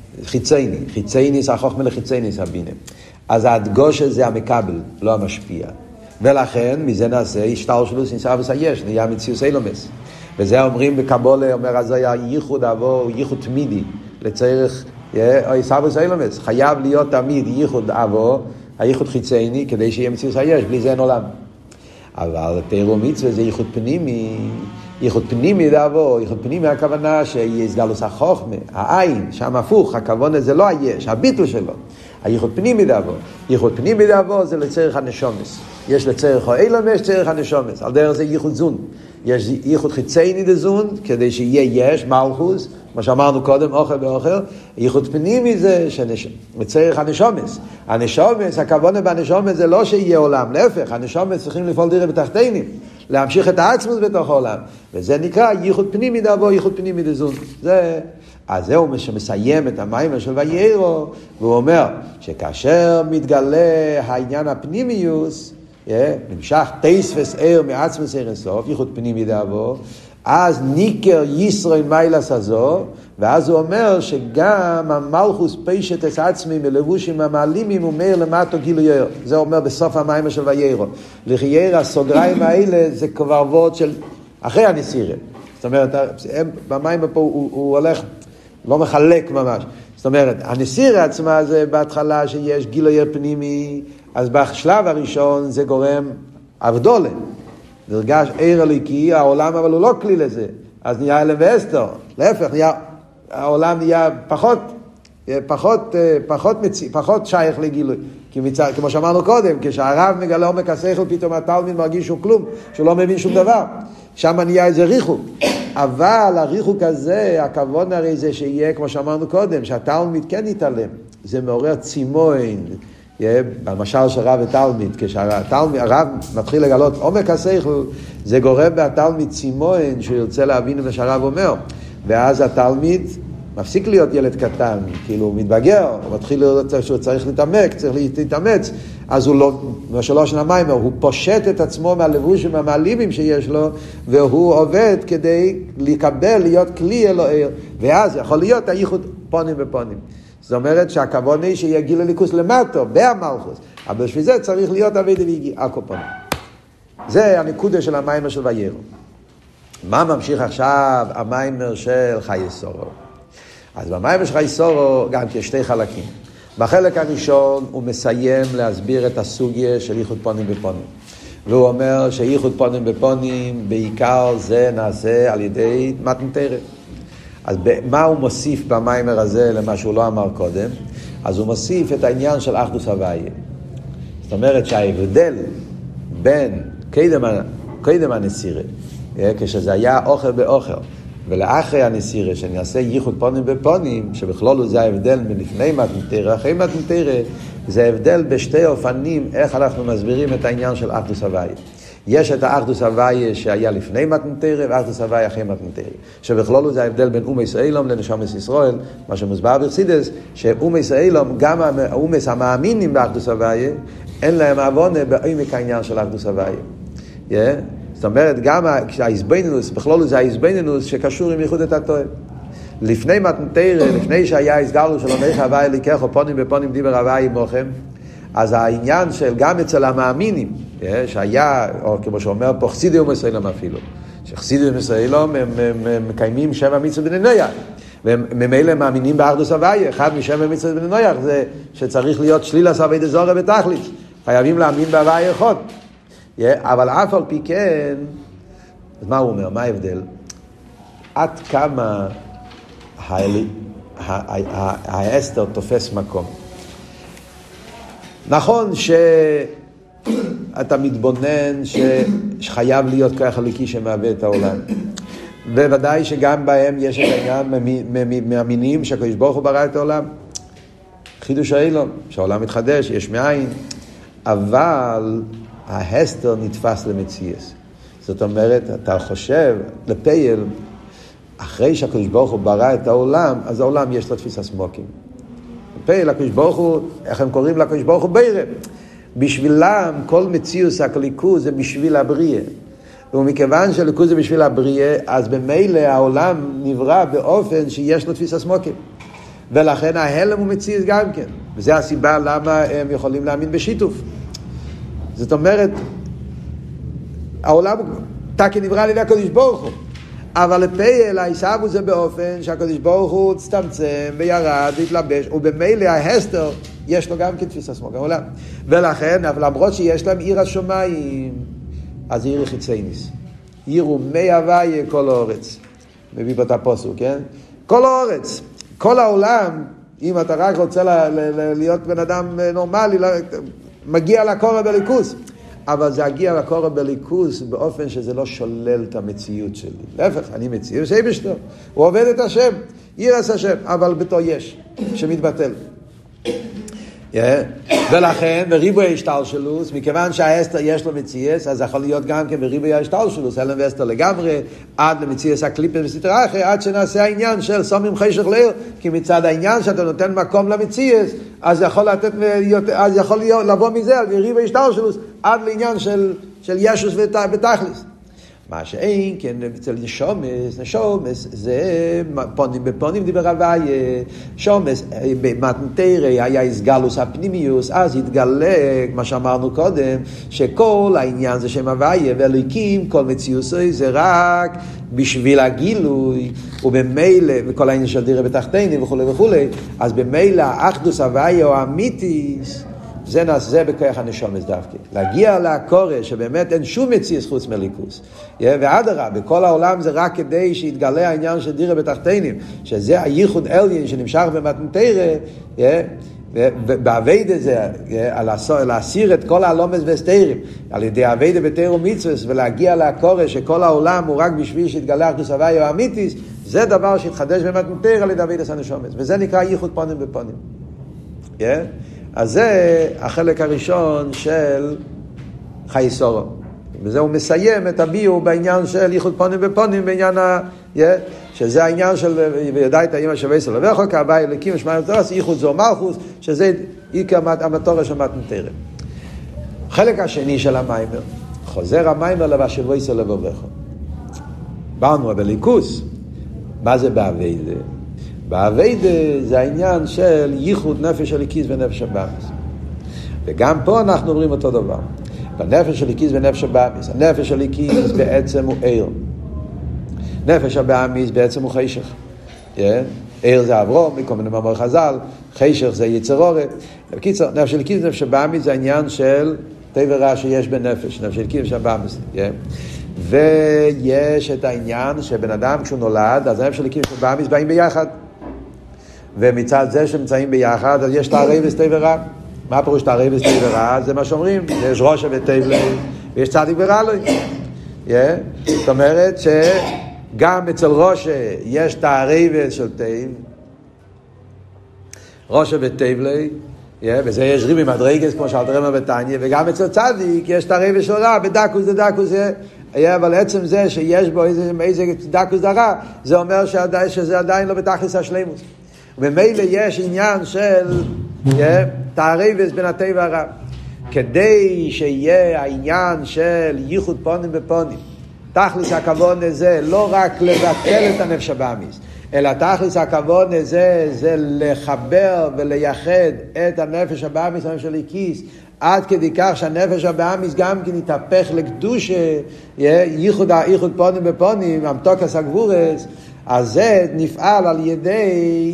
חיצייני זה החוכמה לחיצייני זה הבינה. אז ההדגוש זה המקבל, לא המשפיע. ולכן מזה נעשה השטר שלו סנסאבוס היש, נהיה מציאוס אילומס. וזה אומרים בקבולה, אומר אז היה ייחוד אבו, ייחוד תמידי, לצריך סאבוס אילומס. חייב להיות תמיד ייחוד אבו, הייחוד חיצייני, כדי שיהיה מציאוס היש, בלי זה אין עולם. אבל תורה ומצווה זה ייחוד פנימי. ייחוד פנימי דאבו, ייחוד פנימי הכוונה שיסגלוס החוכמה, העין, שם הפוך, הכוונה זה לא היש, הביטול שלו. הייחוד פנימי דאבו. ייחוד פנימי דאבו זה לצריך הנשומס. יש לצריך האילם, יש צריך הנשומס. על דרך זה ייחוד זון. יש ייחוד חיצייני דזון, כדי שיהיה יש, מלכוס, מה שאמרנו קודם, אוכל באוכל. ייחוד פנימי זה לצריך הנשומס. הנשומס, הכוונה בנשומס זה לא שיהיה עולם, להפך, הנשומס צריכים לפעול דירה בתחתינים. להמשיך את העצמוס בתוך העולם. וזה נקרא ייחוד פנימי דאבו, ייחוד פנימי דזון. אז זהו שמסיים את המים של ויירו, והוא אומר שכאשר מתגלה העניין הפנימיוס, נמשך תייספס עיר מעצמוס עיר אינסוף, ייחוד פנימי דאבו, אז ניקר ישרוי מיילס הזו, ואז הוא אומר שגם המלכוס פשט את עצמי מלבושים המעלימים ומאיר למטו גילו יאיר. זה אומר בסוף המים של ויירו. לחייר הסוגריים האלה זה כבר וורד של אחרי הנסירה. זאת אומרת, במים פה הוא הולך, לא מחלק ממש. זאת אומרת, הנסירה עצמה זה בהתחלה שיש גילוי פנימי, אז בשלב הראשון זה גורם אבדולה. נרגש עיר אלוקי, העולם אבל הוא לא כלי לזה. אז נהיה אלם ואסתר. להפך, העולם נהיה פחות שייך לגילוי. כמו שאמרנו קודם, כשהרב מגלה עומק השכל, פתאום התלמיד מרגיש שהוא כלום, שהוא לא מבין שום דבר. שם נהיה איזה ריחוק. אבל הריחוק הזה, הכוון הרי זה שיהיה, כמו שאמרנו קודם, שהתלמיד כן יתעלם. זה מעורר צימון. במשל של רב ותלמיד, כשהרב מתחיל לגלות עומק השכל, זה גורם בתלמיד צימון שהוא ירצה להבין מה שהרב אומר. ואז התלמיד מפסיק להיות ילד קטן, כאילו הוא מתבגר, הוא מתחיל לראות שהוא צריך להתעמק, צריך להתאמץ, אז הוא לא, בשלוש נמיימר, הוא פושט את עצמו מהלבושים המעלימים שיש לו, והוא עובד כדי לקבל, להיות כלי אלוהי, ואז יכול להיות הייחוד פונים בפונים. זאת אומרת שהכוונה היא שיהיה גיל הליכוס למטו, בהמלכוס, אבל בשביל זה צריך להיות עבד ויגיע, הקופונים. זה הנקודה של המיימר של ויירו. מה ממשיך עכשיו המיימר של חיי סורו? אז במיימר של חיי סורו גם כשתי חלקים. בחלק הראשון הוא מסיים להסביר את הסוגיה של ייחוד פונים בפונים. והוא אומר שייחוד פונים בפונים בעיקר זה נעשה על ידי מתן תורה. אז מה הוא מוסיף במיימר הזה למה שהוא לא אמר קודם? אז הוא מוסיף את העניין של אחדוס הוויה. זאת אומרת שההבדל בין קודם הנסירה, כשזה היה אוכל באוכל, ולאחרי הנסירה, שנעשה ייחוד פונים בפונים, שבכלולו זה ההבדל מלפני מתן תורה, אחרי מתן תורה, זה ההבדל בשתי אופנים, איך אנחנו מסבירים את העניין של אחדוס הוויה. יש את האחדוס הוויה שהיה לפני מתן תורה, ואחדוס הוויה אחרי מתן תורה. שבכלולו זה ההבדל בין אומס אילום לנשומס ישראל, מה שמוסבר בחסידות, שאומס אילום, גם האומס המאמינים באחדוס הוויה, אין להם עוונה בעומק העניין של אחדוס הוויה. זאת אומרת, גם ההסבינינוס, בכלולו זה ההסבינינוס שקשור עם ייחוד התורה. לפני מתן תורה, לפני שהיה הסגלו של עומך הוויה לקח, או פונים בפונים דיבר הוויה מוכם, אז העניין של גם אצל המאמינים, שהיה, או כמו שאומר פה, חסידים ישראלים אפילו, שחסידים ישראלים הם מקיימים שבע מצוות בני נויח, והם ממילא מאמינים באחדוס הוויה. אחד משבע מצוות בני נויח זה שצריך להיות שלילת עבודת זרה בתכלית, חייבים להאמין בהוויה אחד. אבל אף על פי כן, אז מה הוא אומר? מה ההבדל? עד כמה האסתר תופס מקום. נכון שאתה מתבונן שחייב להיות כוח אלוקי שמהווה את העולם. בוודאי שגם בהם יש את העניין מאמינים שהקדוש ברוך הוא ברא את העולם. חידוש האילום, שהעולם מתחדש, יש מאין. אבל ההסתר נתפס למציאס. זאת אומרת, אתה חושב לפייל, אחרי שהקדוש ברוך הוא ברא את העולם, אז העולם יש לו תפיסה סמוקים. לפייל, הקדוש ברוך הוא, איך הם קוראים לקדוש ברוך הוא? בירה. בשבילם, כל מציאוס הקליכוז זה בשביל הבריאה. ומכיוון שהליכוז זה בשביל הבריאה, אז במילא העולם נברא באופן שיש לו תפיסה סמוקים. ולכן ההלם הוא מציאס גם כן. וזו הסיבה למה הם יכולים להאמין בשיתוף. זאת אומרת, העולם תקי נברא על ידי הקדוש ברוך הוא, אבל לפייל ההישאבו זה באופן שהקדוש ברוך הוא הצטמצם וירד והתלבש, ובמילא ההסתר יש לו גם כתפיסה סמוק העולם. ולכן, אבל למרות שיש להם עיר השומיים, אז עיר חיצייניס. עירו מי הוויה כל האורץ. מביא פה את הפוסוק, כן? כל האורץ, כל העולם, אם אתה רק רוצה להיות בן אדם נורמלי, מגיע לקורא בליכוס, אבל זה הגיע לקורא בליכוס באופן שזה לא שולל את המציאות שלי. להפך, אני מציאות שבשתו, הוא עובד את השם, ירס השם, אבל בתו יש, שמתבטל. ולכן, בריבוי ההשתלשלות, מכיוון שהאסתר יש לו מציאס, אז יכול להיות גם כן בריבוי ההשתלשלות, אלם ואסתר לגמרי, עד למציאס הקליפים וסתרה אחרי, עד שנעשה העניין של סומים חשך ליר, כי מצד העניין שאתה נותן מקום למציאס, אז יכול לבוא מזה על בריבוי ההשתלשלות, עד לעניין של ישוס בתכלס. מה שאין, כן, אצל נשומס, זה פונים בפונים דיבר הוויה, שומס, במתנתרא היה הסגלוס הפנימיוס, אז התגלה, מה שאמרנו קודם, שכל העניין זה שם הוויה, ואלוקים, כל מציאוסי זה רק בשביל הגילוי, ובמילא, וכל העניין של דירה בתחתינים וכו' וכו', אז במילא, אחדוס הוויה או אמיתיס, זה נעשה בכוח הנשומס דווקא. להגיע לקורא שבאמת אין שום מציאות חוץ מליכוס. ועדרה, בכל העולם זה רק כדי שיתגלה העניין של דירה בתחתינים, שזה הייחוד עליון שנמשך במתנתרא, ובעבד זה, להסיר את כל הלומס והסתירים, על ידי עבד בתורה ומצוות, ולהגיע לקורא שכל העולם הוא רק בשביל שיתגלה אחדוס הוויה או אמיתיס, זה דבר שהתחדש במתנתרא על ידי עבודת הנשומס, וזה נקרא ייחוד פונים בפונים. אז זה החלק הראשון של חיי סורו. וזה הוא מסיים את הביור בעניין של ייחוד פונים בפונים, בעניין שזה העניין של וידעת אמא שווה סלו ואחר כהווי אלוקים ושמיים ותורס, ייחוד זו מלכוס, שזה עיקר המטרה של מתנתרא. החלק השני של המיימר, חוזר המיימר לבשבוי סלו וברכו. באנו בליכוס, מה זה בעבודה? בעבודה זה העניין של ייחוד נפש הליקיס ונפש הבאמיס. וגם פה אנחנו אומרים אותו דבר. בנפש הליקיס ונפש הבאמיס. הנפש הליקיס בעצם הוא עיר. נפש הבאמיס בעצם הוא חשך. עיר זה אברום, מכל מיני מאמר חז"ל, חשך זה יצר אור. בקיצור, נפש הליקיס ונפש הבאמיס זה העניין של טבע רע שיש בנפש. נפש הליקיס ונפש הבאמיס. ויש את העניין שבן אדם כשהוא נולד, אז הנפש הליקיס ונפש הבאמיס באים ביחד. ומצד זה שמצאים ביחד, אז יש תערי וסטי ורע. מה פירוש תערי וסטי ורע? זה מה שאומרים. יש ראש וטייב ויש צדיק ורע לו. זאת אומרת שגם אצל ראש יש תערי ושל טייב, ראש וטייב וזה יש ריבי מדרגס, כמו שאלת רמא בתניא, וגם אצל צדיק יש תערי ושל רע, בדקוס זה דקוס זה. אבל עצם זה שיש בו איזה דקוס דרע, זה אומר שזה עדיין לא בתכלס השלימוס. וממילא יש עניין של תערבס בין הטבע והרע. כדי שיהיה העניין של ייחוד פונים בפונים, תכלס הכוון הזה לא רק לבטל את הנפש הבאמיס, אלא תכלס הכוון הזה זה לחבר ולייחד את הנפש הבאמיס הנפש הליקיס, עד כדי כך שהנפש הבאמיס גם כן יתהפך לקדוש, ייחוד פונים בפונים, המתוקס הגבורס, אז זה נפעל על ידי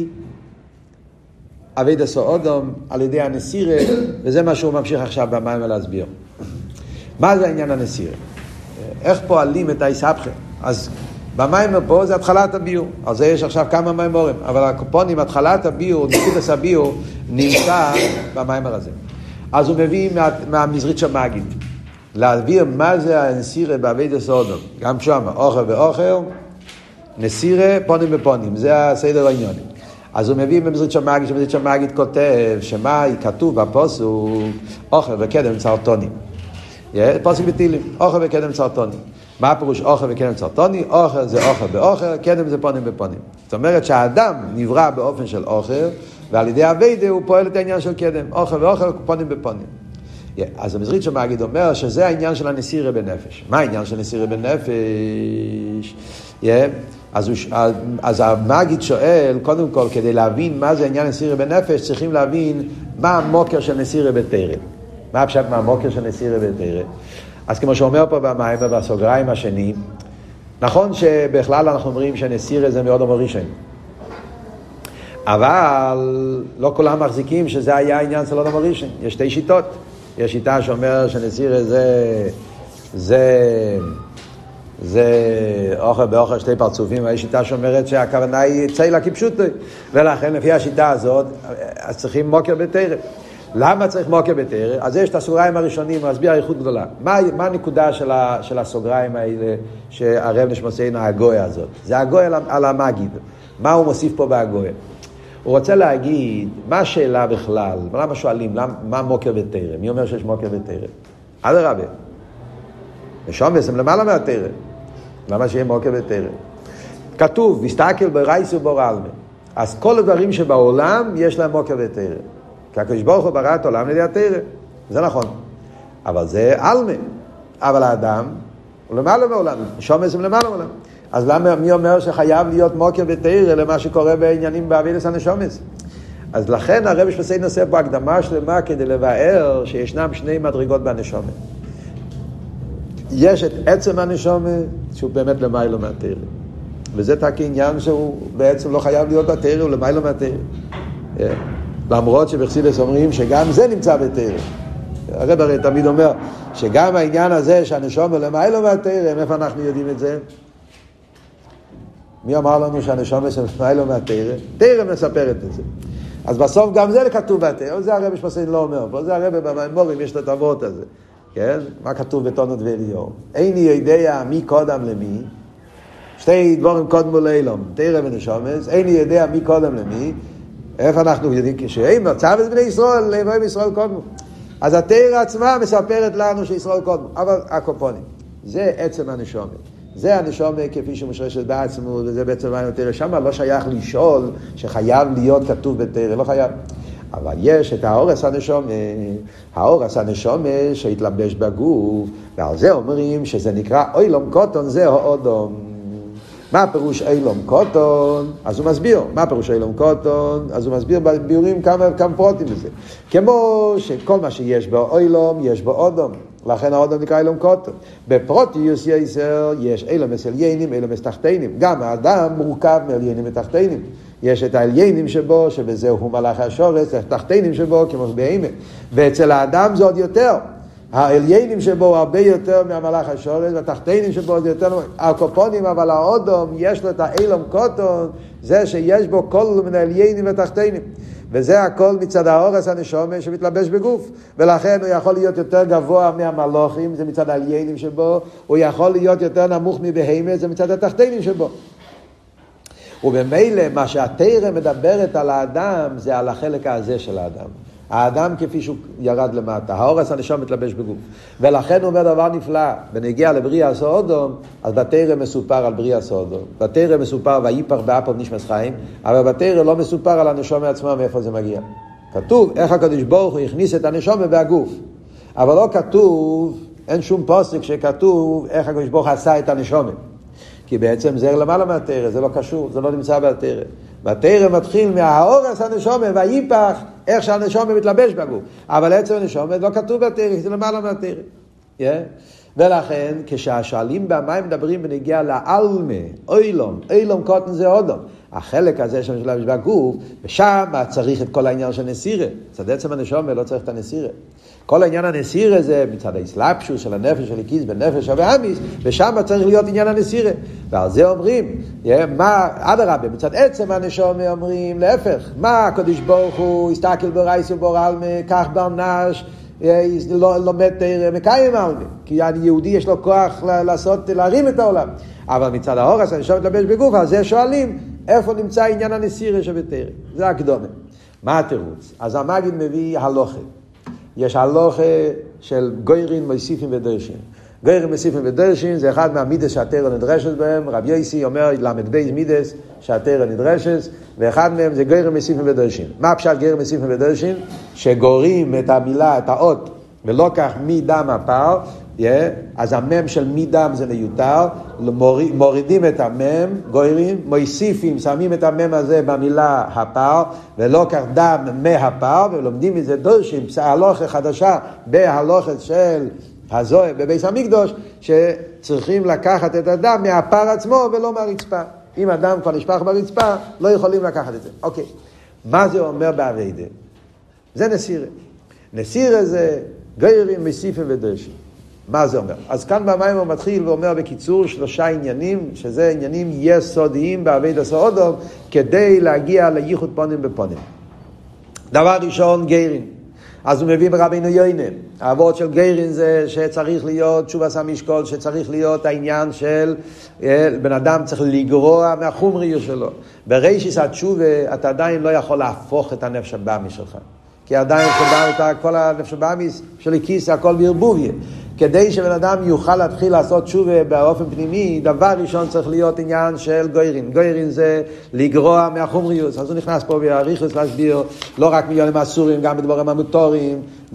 עבודת סעודום, על ידי הנסירה, וזה מה שהוא ממשיך עכשיו במים להסביר. מה זה העניין הנסירה? איך פועלים את ההיסבכה? אז במים פה זה התחלת הביור. אז יש עכשיו כמה מימורים, אבל הקופונים, התחלת הביור, נקודת הביור, נמצא במים הזה. אז הוא מביא מהמזרית שמגיד, להסביר מה זה הנסירה בעבודת סעודום. גם שם, אוכל ואוכל, נסירה, פונים בפונים. זה הסדר העניינים. אז הוא מביא במזרית שמגיד, שמזרית שמגיד כותב שמה כתוב בפוסוק אוכל וקדם צרטונים. פוסק בתהילים, אוכל וקדם צרטונים. מה הפירוש אוכל וקדם צרטונים? אוכל זה אוכל באוכל, קדם זה פונים בפונים. זאת אומרת שהאדם נברא באופן של אוכל, ועל ידי עבודה הוא פועל את העניין של קדם. אוכל ואוכל, פונים בפונים. אז המזרית שמגיד אומר שזה העניין של הנסירה בנפש. מה העניין של הנסירה בנפש? אז המגיד שואל, קודם כל, כדי להבין מה זה העניין נסירה בנפש, צריכים להבין מה המוקר של נסירה בתורה. מה הפשט מה המוקר של נסירה בתורה? אז כמו שאומר פה במים ובסוגריים השני, נכון שבכלל אנחנו אומרים שנסירה זה מאוד אומר ראשון. אבל לא כולם מחזיקים שזה היה העניין של עוד אומר ראשון. יש שתי שיטות. יש שיטה שאומר שנסירה זה אוכל באוכל שתי פרצופים, ויש שיטה שאומרת שהכוונה היא ציילה כפשוטו, ולכן לפי השיטה הזאת אז צריכים מוקר בתורה. למה צריך מוקר בתורה? אז יש את הסוגריים הראשונים, מסביר איכות גדולה. מה הנקודה של הסוגריים האלה שהרב נשמוסיין הגויה הזאת? זה הגויה על המגיד. מה הוא מוסיף פה בהגויה? הוא רוצה להגיד, מה השאלה בכלל? למה שואלים? מה מוקר בתורה? מי אומר שיש מוקר בתורה? עד הרבה. ושומס הם למעלה מהתורה. למה שיהיה מוקר בתורה? כתוב, ויסתכל ברייס וברעלמה. אז כל הדברים שבעולם יש להם מוקר בתורה. כי הקדוש ברוך הוא ברא את העולם לידי התורה. זה נכון. אבל זה עלמה. אבל האדם הוא למעלה מעולם, נשומס הם למעלה מעולם. אז למה מי אומר שחייב להיות מוקר ותאיר למה שקורה בעניינים באבילס הנשומס? אז לכן הרב שפסיין עושה פה הקדמה שלמה כדי לבאר שישנם שני מדרגות בנשומה. יש את עצם הנשומה שהוא באמת למעלה מהתאיר. וזה תק עניין שהוא בעצם לא חייב להיות בתאיר, הוא למעלה מהתאיר. למרות שבחסידות אומרים שגם זה נמצא בתאיר. הרב הרי תמיד אומר שגם העניין הזה שהנשומה למעלה מהתאיר, איפה אנחנו יודעים את זה? מי אמר לנו שהנשומה למעלה מהתאיר? תאיר מספרת את זה. אז בסוף גם זה כתוב בתאיר, זה הרב שפסיין לא אומר, פה זה הרב במאמרים יש את התוות הזה, כן? מה כתוב בתונות ואליהו? איני יודע מי קודם למי, שתי דברים קודמו לאילום, תאיר ונשומס, איני יודע מי קודם למי, איפה אנחנו יודעים? כשהם מצב את בני ישראל, לבוא ישראל קודמו. אז התאיר עצמה מספרת לנו שישראל קודמו, אבל הקופונים, זה עצם הנשומה. זה הנשומה כפי שמושרשת בעצמו, וזה בעצם מה יותר, שם לא שייך לשאול שחייב להיות כתוב בתאיר, לא חייב. אבל יש את האורס הנשומה, האורס הנשומה שהתלבש בגוף, ועל זה אומרים שזה נקרא אילום קוטון, זה האודום. מה פירוש אילום קוטון? אז הוא מסביר. מה פירוש אילום קוטון? אז הוא מסביר בביאורים כמה פרוטים בזה. כמו שכל מה שיש בו אילום, יש בו אודום. לכן האודום נקרא אילום קוטון. בפרוטיוס יסר יש אילום עליינים, אילום תחתינים. גם האדם מורכב מעליינים ותחתינים. יש את העליינים שבו, שבזה הוא מלאך השורש, התחתינים שבו, כמו בהמה. ואצל האדם זה עוד יותר. העליינים שבו הרבה יותר מהמלאך השורש, והתחתינים שבו זה יותר הקופונים, אבל האודום יש לו את האילום קוטון, זה שיש בו כל מן העליינים והתחתינים. וזה הכל מצד האורס הנשומה שמתלבש בגוף. ולכן הוא יכול להיות יותר גבוה מהמלאכים, זה מצד העליינים שבו, הוא יכול להיות יותר נמוך מבהמה, זה מצד התחתינים שבו. ובמילא מה שהתורה מדברת על האדם, זה על החלק הזה של האדם. האדם כפי שהוא ירד למטה, האורס הנשום מתלבש בגוף. ולכן הוא אומר דבר נפלא, ונגיע לבריאה סודום, אז בתורה מסופר על בריאה סודום. בתורה מסופר ויפח באפו נשמס חיים, אבל בתורה לא מסופר על הנשום עצמה מאיפה זה מגיע. כתוב איך הקדוש ברוך הוא הכניס את הנשום והגוף. אבל לא כתוב, אין שום פוסק שכתוב איך הקדוש ברוך הוא עשה את הנשום. כי בעצם זה למעלה מהתורה, זה לא קשור, זה לא נמצא בתורה. בתורה מתחיל מהאורס הנשומה והיפח, איך שהנשומה מתלבש בגוף. אבל עצם הנשומה לא כתוב בתורה, זה למעלה מהתורה. ולכן, כשהשואלים במים מדברים בנגיע לאלמה, אילום, אילום קוטן זה אודום. החלק הזה שמתלבש בגוף, ושם צריך את כל העניין של נסירה. מצד עצם הנשומה לא צריך את הנסירה. כל העניין הנסירה זה מצד האסלאפשוס של הנפש של הקיס בנפש והאמיס, ושם צריך להיות עניין הנסירה. ועל זה אומרים, מה, אדרבה, מצד עצם הנשומה אומרים, להפך, מה הקדוש ברוך הוא הסתכל ברייס וברלמה, כך ברנש, לומד תורה, מקיים עלמה, כי היהודי יש לו כוח להרים את העולם. אבל מצד האורס הנשומה מתלבש בגוף, על זה שואלים, איפה נמצא עניין הנסירה שבתורה? זה הקדומה. מה התירוץ? אז המגיד מביא הלוכה. יש הלוכה של גוירין, מוסיפים ודרשים. גוירין, מוסיפים ודרשים זה אחד מהמידס שהתורה נדרשת בהם. רב יוסי אומר, למד בייס מידס שהתורה נדרשת, ואחד מהם זה גוירין, מוסיפים ודרשים. מה פשט גוירין, מוסיפים ודרשים? שגורים את המילה, את האות, ולא כך מדם הפר, אז המם של מידם זה מיותר, מורידים את המם, גוירים, מוסיפים, שמים את המם הזה במילה הפר, ולא כך דם מהפר, ולומדים מזה דורשים, הלוכה חדשה בהלוכה של הזוהר בבית המקדוש, שצריכים לקחת את הדם מהפר עצמו ולא מהרצפה. אם הדם כבר נשפך ברצפה, לא יכולים לקחת את זה. אוקיי, מה זה אומר בעבודה? זה נסירה. נסירה זה גוירים, מוסיפים ודרשים. מה זה אומר? אז כאן במים הוא מתחיל ואומר בקיצור 3 עניינים, שזה עניינים יסודיים בעבודת סודום, כדי להגיע לייחוד פונים בפונים. דבר ראשון, גיירין. אז הוא מביא ברבינו יוינה. העבוד של גיירין זה שצריך להיות תשובת המשקול, שצריך להיות העניין של בן אדם צריך לגרוע מהחומריות שלו. בראשיס התשובה אתה עדיין לא יכול להפוך את הנפש הבאמי שלך. כי עדיין כל הנפש הבאמי של הכיס, הכל בערבוביה. כדי שבן אדם יוכל להתחיל לעשות תשובה באופן פנימי, דבר ראשון צריך להיות עניין של גוירין. גוירין זה לגרוע מהחומריות. אז הוא נכנס פה בעריכות להסביר, לא רק מיונים אסורים, גם בדברים המותרים,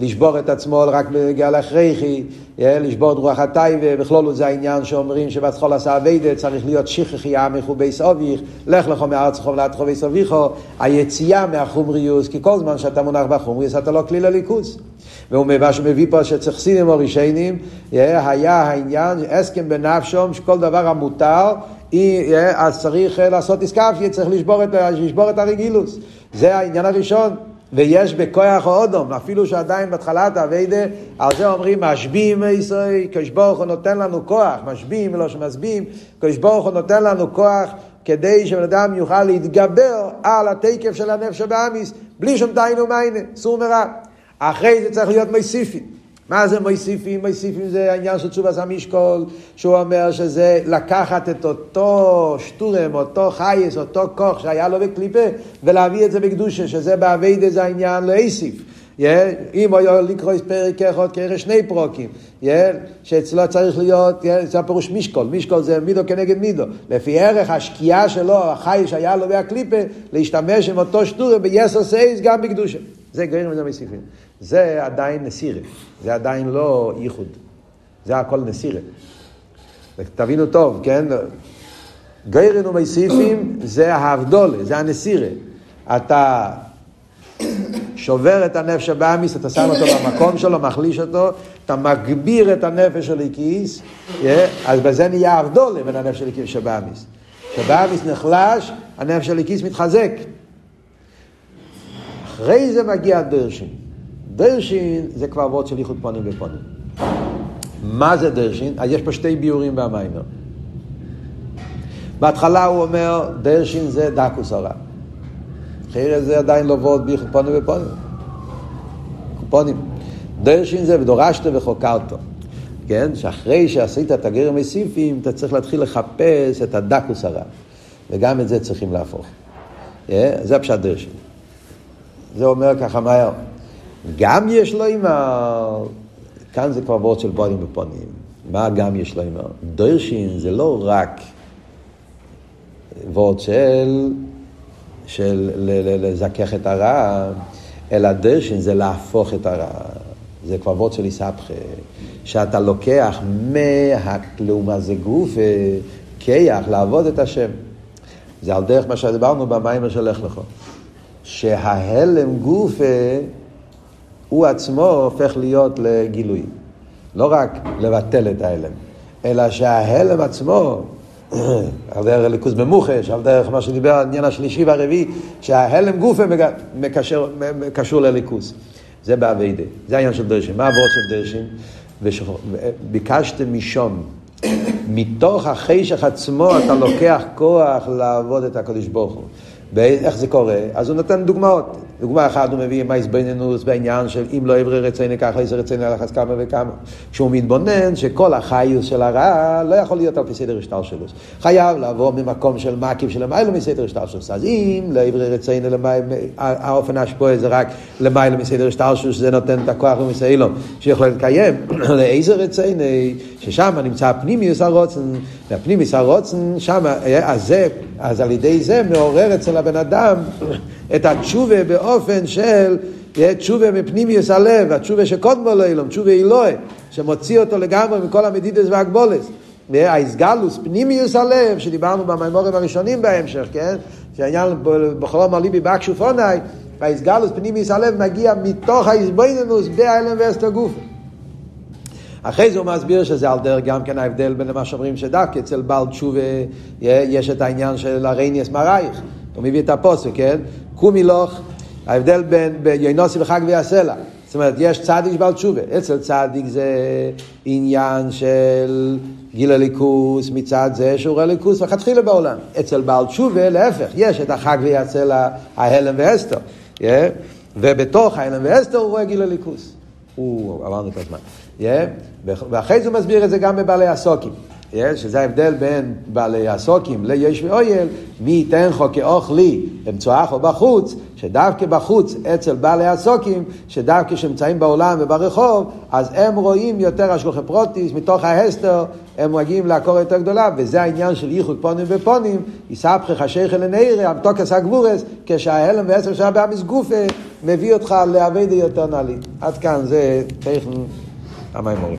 לשבור את עצמו רק בגלל הכרחי, לשבור את רוח הטייבה, בכלול זה העניין שאומרים שבתחול עשה עבודה, צריך להיות שכחי עמך בייס אביך, לך לך מארצך ולעתך בייס אביך, היציאה מהחומריוס, כי כל זמן שאתה מונח בחומריוס אתה לא כלי לליכוס. והוא מביא פה שצריך סינים או רישיינים, היה העניין, הסכם בנפשום, שכל דבר המותר, אז צריך לעשות איסקאפיה, צריך לשבור את הרגילוס. זה העניין הראשון. ויש בכוח האודום, אפילו שעדיין בהתחלת העבודה, על זה אומרים משביעים ישראל, קדוש ברוך הוא נותן לנו כוח, משביעים ולא שמסביעים, קדוש ברוך הוא נותן לנו כוח, כדי שבן אדם יוכל להתגבר על התקף של הנפש הבאמיס, בלי שום דיין ומיינה, סור מרע. אחרי זה צריך להיות מוסיפים. מה זה מוסיפים? מוסיפים זה העניין של תשובת המשקול, שהוא אומר שזה לקחת את אותו שטורם, אותו חייס, אותו כוח שהיה לו בקליפה, ולהביא את זה בקדושה, שזה בעבודה זה העניין להוסיף. אם הוא לקרוא פרק אחד כערך 2 פרקים, שאצלו צריך להיות, זה הפירוש משקול, משקול זה מידו כנגד מידו, לפי ערך השקיעה שלו, החייס שהיה לו בקליפה, להשתמש עם אותו שטורם ביסר סייס גם בקדושה. זה גרם וזה מוסיפים. זה עדיין נסירה, זה עדיין לא ייחוד, זה הכל נסירה. תבינו טוב, כן? גרם ומוסיפים זה ההבדולה, זה הנסירה. אתה שובר את הנפש הבאמיס, אתה שם אותו במקום שלו, מחליש אותו, אתה מגביר את הנפש של הכיס, אז בזה נהיה ההבדולה בין הנפש של הכיס שבאמיס. שבאמיס נחלש, הנפש של הכיס מתחזק. אחרי זה מגיע דרשין. דרשין זה כבר עבוד של ייחוד פונים בפונים. מה זה דרשין? אז יש פה 2 ביורים במיימר. בהתחלה הוא אומר, דרשין זה דקוס הרע. אחרי זה עדיין לא עבוד בייחוד פונים בפונים. קופונים. דרשין זה ודורשת וחוקרת. כן? שאחרי שעשית את הגרם מוסיפים, אתה צריך להתחיל לחפש את הדקוס הרע. וגם את זה צריכים להפוך. זה הפשט דרשין. זה אומר ככה מהר. גם יש לו אימר, כאן זה כבר וורט של פונים בפונים. מה גם יש לו אימר? דרשין זה לא רק וורט של לזכך את הרע, אלא דרשין זה להפוך את הרע. זה כבר וורט של איסבכה, שאתה לוקח מהכלום הזה גוף כיח לעבוד את השם. זה על דרך מה שדיברנו במיימר של לך לך. שההלם גוף הוא עצמו הופך להיות לגילוי. לא רק לבטל את ההלם, אלא שההלם עצמו, על דרך ליכוז במוחש, על דרך מה שדיבר על העניין השלישי והרביעי, שההלם גוף קשור לליכוז. זה בעבודה. זה העניין של דרשין. מה עבוד של דרשין? ביקשתם משום. מתוך החשך עצמו אתה לוקח כוח לעבוד את הקדוש ברוך הוא. איך זה קורה? אז הוא נותן דוגמאות. דוגמה אחת הוא מביא מה הסביננוס בעניין של אם לא עברי רציני ככה איזה רציני הלחץ כמה וכמה. כשהוא מתבונן שכל החיוס של הרע לא יכול להיות על פי סדר השטר שלו. חייב לעבור ממקום של מקיף של המיילו מסדר השטר שלו. אז אם לא עברי רציני האופן השפוע זה רק למיילו מסדר השטר שלו, שזה נותן את הכוח ומסעילו שיכול להתקיים. לאיזה רציני ששם נמצא הפנימיוס הרוצן, והפנימיוס הרוצן שם, אז על ידי זה מעורר אצל הבן אדם את התשובה באופן של תשובה מפנימיוס הלב, התשובה שקודמו לאילום, תשובה אלוהי, שמוציא אותו לגמרי מכל המדידס והגבולס. והאיסגלוס, פנימיוס הלב, שדיברנו במיימורים הראשונים בהמשך, כן? שהעניין בכל אמר ליבי בקשופוני, והאיסגלוס, פנימיוס הלב, מגיע מתוך האיסבויננוס בהאלם ואסתר גוף. אחרי זה הוא מסביר שזה על דרך גם כן ההבדל בין מה שאומרים שדווקא אצל בעל תשובה יש את העניין של הרייניאס מרייך. הוא מביא את הפוסק, כן? קומי לוך, ההבדל בין יינוסי וחג ויעשלה. זאת אומרת, יש צדיק בעל תשובה. אצל צדיק זה עניין של גיל הליכוס מצד זה שהוא רואה ליכוס וחתחילה בעולם. אצל בעל תשובה, להפך, יש את החג ויעשלה, ההלם ואסתר. ובתוך ההלם ואסתר הוא רואה גיל הליכוס. הוא אמרנו את הזמן. ואחרי זה הוא מסביר את זה גם בבעלי הסוקים. שזה ההבדל בין בעלי הסוקים ליש ואויל, מי ייתן חו כאוכלי אמצואך או בחוץ, שדווקא בחוץ אצל בעלי הסוקים, שדווקא שנמצאים בעולם וברחוב, אז הם רואים יותר השגוחי פרוטיס, מתוך ההסתר הם מגיעים לעקור יותר גדולה, וזה העניין של ייחוד פונים בפונים, יספחך השייך אל הנעירה, המתוקס הגבורס, כשההלם ועשר שעה באמיס גופה, מביא אותך לעבודה יותר נעלית. עד כאן זה תכן המיימורים.